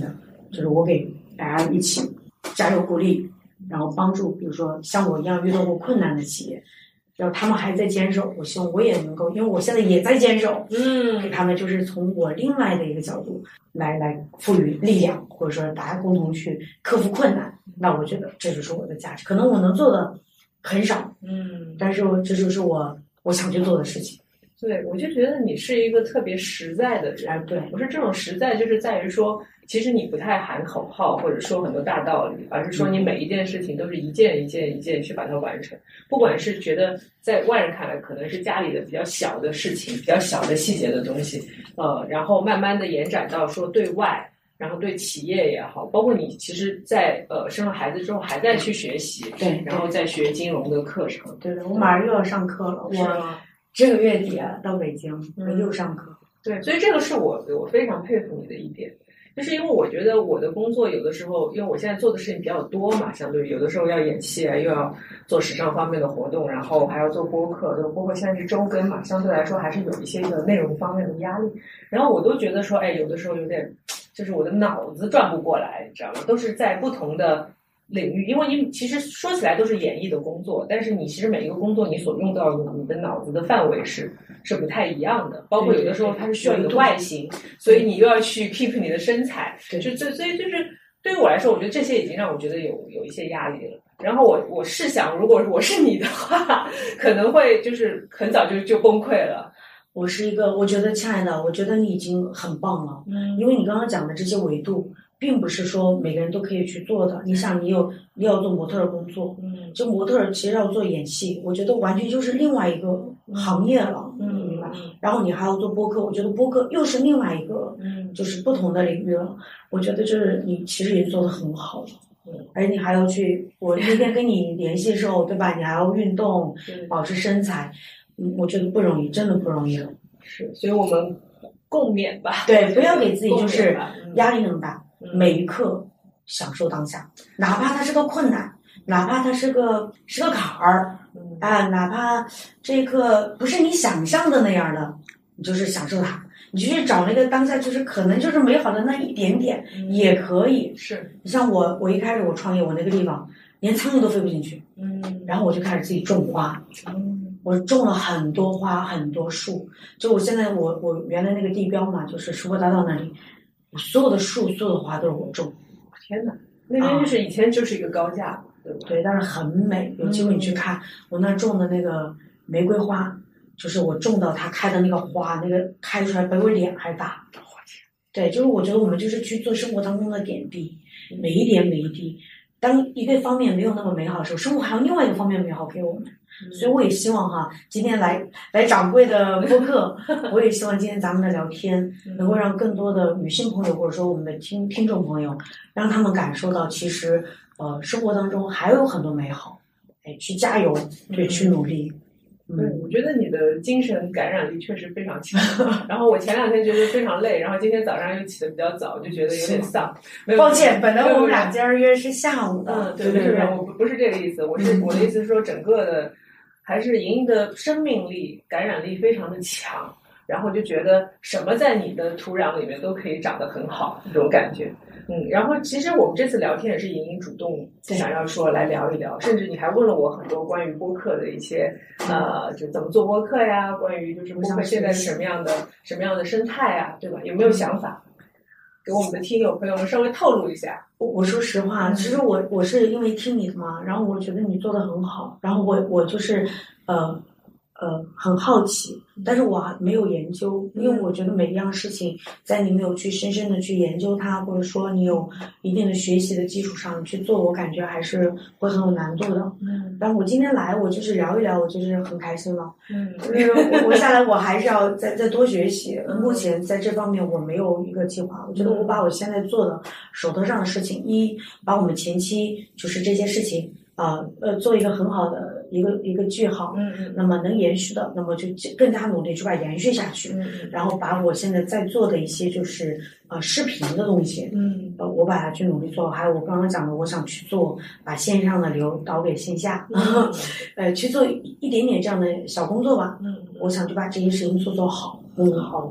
就是我给大家一起加油鼓励，然后帮助比如说像我一样遇到过困难的企业，然后他们还在坚守，我希望我也能够，因为我现在也在坚守， 嗯， 给他们就是从我另外的一个角度来来赋予力量，或者说大家共同去克服困难，那我觉得这就是我的价值，可能我能做的很少， 嗯， 但是这就是我我想去做的事情。 对，我就觉得你是一个特别实在的人。 哎，对， 不是这种实在，就是在于说，其实你不太喊口号，或者说很多大道理，而是说你每一件事情都是一件一件一件去把它完成。不管是觉得在外人看来可能是家里的比较小的事情，比较小的细节的东西，呃，然后慢慢的延展到说对外。然后对企业也好，包括你其实在呃生了孩子之后还在去学习， 对， 然后再学金融的课程。 对的，我马上又要上课了，我这个月底啊到北京，我又上课。 对，所以这个是我我非常佩服你的一点，就是因为我觉得我的工作有的时候，因为我现在做的事情比较多嘛，相对于有的时候要演戏啊，又要做时尚方面的活动，然后还要做播客，这个播客现在是周更嘛，相对来说还是有一些个内容方面的压力，然后我都觉得说，哎，有的时候有点。就是我的脑子转不过来，你知道吗？都是在不同的领域，因为你其实说起来都是演艺的工作，但是你其实每一个工作你所用到的你的脑子的范围是是不太一样的，包括有的时候它是需要一个外形，所以你又要去 keep 你的身材，就这所以就是对于我来说，我觉得这些已经让我觉得有有一些压力了。然后我我试想，如果我是你的话，可能会就是很早就就崩溃了。 我是一个，我觉得亲爱的，我觉得你已经很棒了， 嗯， 因为你刚刚讲的这些维度，并不是说每个人都可以去做的。你想，你有你要做模特儿工作， 嗯， 就模特儿其实要做演戏，我觉得完全就是另外一个行业了， 嗯， 明白？然后你还要做播客，我觉得播客又是另外一个， 嗯，就是不同的领域了。我觉得就是你其实也做得很好了。嗯，而且你还要去，我那天跟你联系的时候，对吧？你还要运动，保持身材，嗯，我觉得不容易，真的不容易了。 是，所以我们共勉吧。 对，不要给自己就是压力那么大， 嗯、 每一刻享受当下，哪怕它是个困难，哪怕它是个是个坎儿， 嗯、 啊，哪怕这一刻不是你想象的那样的，你就是享受它。你去找那个当下，就是可能就是美好的那一点点， 嗯、 也可以。 是你像我，我一开始我创业，我那个地方连苍蝇都飞不进去， 嗯， 然后我就开始自己种花， 嗯。 我种了很多花，很多树。就我现在我我原来那个地标嘛，就是生活大道那里，我所有的树、所有的花都是我种。 天哪，那边就是以前就是一个高架，对吧？ 对，但是很美。有机会你去看，嗯、我那种的那个玫瑰花，就是我种到它开的那个花，那个开出来比我脸还大。对，就是我觉得我们就是去做生活当中的点滴，每一点每一滴。当一个方面没有那么美好的时候，生活还有另外一个方面美好给我们。所以我也希望哈，今天来来掌柜的播客，我也希望今天咱们的聊天能够让更多的女性朋友或者说我们的听听众朋友，让他们感受到其实呃生活当中还有很多美好，哎，去加油，对，去努力。 对，我觉得你的精神感染力确实非常强。然后我前两天觉得非常累，然后今天早上又起得比较早，就觉得有点丧。 抱歉，本来我们俩今儿约是下午的。 嗯，对对对，我不不是这个意思，我是、嗯、我的意思是说，整个的还是莹莹的生命力、感染力非常的强。然后就觉得什么在你的土壤里面都可以长得很好，这种感觉。嗯，然后其实我们这次聊天也是莹莹主动想要说来聊一聊，甚至你还问了我很多关于播客的一些呃，就怎么做播客呀，关于就是播客现在是什么样的什么样的生态啊，对吧？有没有想法给我们的听友朋友们稍微透露一下？ 我我说实话，其实我我是因为听你的嘛，然后我觉得你做得很好，然后我我就是呃。呃，很好奇，但是我没有研究，因为我觉得每一样事情，在你没有去深深的去研究它，或者说你有一定的学习的基础上去做，我感觉还是会很有难度的。嗯，但我今天来，我就是聊一聊，我就是很开心了。嗯，就是我下来，我还是要再再多学习。目前在这方面我没有一个计划，我觉得我把我现在做的手头上的事情，一把我们前期就是这些事情。啊呃，做一个很好的一个一个句号，嗯嗯，那么能延续的，那么就更加努力去把它延续下去，嗯嗯，然后把我现在在做的一些就是呃视频的东西，嗯，呃我把它去努力做，还有我刚刚讲的，我想去做把线上的流导给线下，嗯、呃去做一点点这样的小工作吧，嗯，我想就把这些事情做做好，嗯好。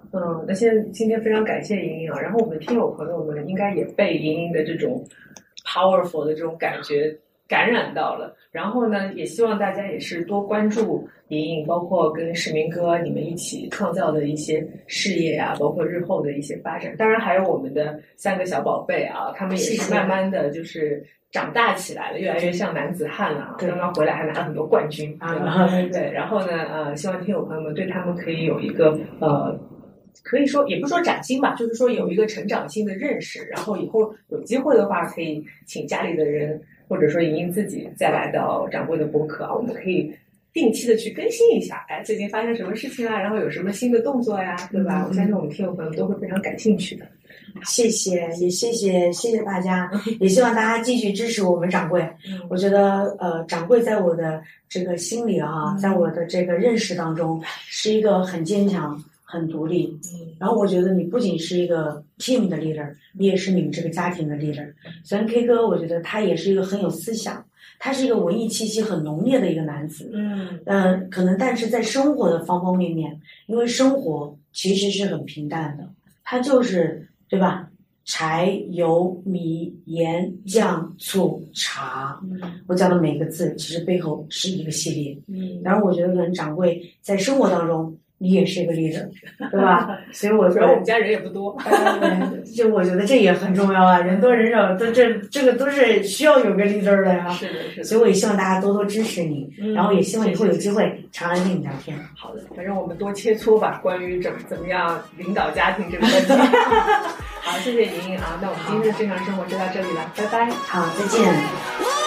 嗯，那现在今天非常感谢莹莹啊，然后我们的听友朋友们应该也被莹莹的这种 powerful 的这种感觉感染到了，然后呢，也希望大家也是多关注莹莹，包括跟世明哥你们一起创造的一些事业啊，包括日后的一些发展。当然还有我们的三个小宝贝啊，他们也是慢慢的就是长大起来了，越来越像男子汉了。刚刚回来还拿了很多冠军，对吧？对，然后呢，呃，希望听友朋友们对他们可以有一个呃。可以说也不说崭新吧，就是说有一个成长性的认识，然后以后有机会的话，可以请家里的人或者说莹莹自己再来到掌柜的播客啊，我们可以定期的去更新一下，哎，最近发生什么事情啊，然后有什么新的动作呀，对吧？我相信我们听友朋友都会非常感兴趣的。 谢谢，也谢谢谢谢大家，也希望大家继续支持我们掌柜。我觉得呃，掌柜在我的这个心里啊，在我的这个认识当中，是一个很坚强、很独立。然后我觉得你不仅是一个 team 的 leader， 你也是你们这个家庭的 leader。虽然 K 哥，我觉得他也是一个很有思想，他是一个文艺气息很浓烈的一个男子。嗯，呃，可能但是在生活的方方面面，因为生活其实是很平淡的，他就是对吧？柴油米盐酱醋茶，嗯，我讲的每个字其实背后是一个系列。嗯，然后我觉得可能掌柜在生活当中你也是一个 leader， 对吧？所以我说我们家人也不多， 就我觉得这也很重要啊，人多人少，都这这个都是需要有个 leader 的呀。 是的，是的。 所以我也希望大家多多支持你，嗯、然后也希望以后有机会常来跟你聊天。 好的，反正我们多切磋吧，关于怎怎么样领导家庭这个问题。好，谢谢莹莹啊，那我们今天的正常生活就到这里了，拜拜。 好，再见。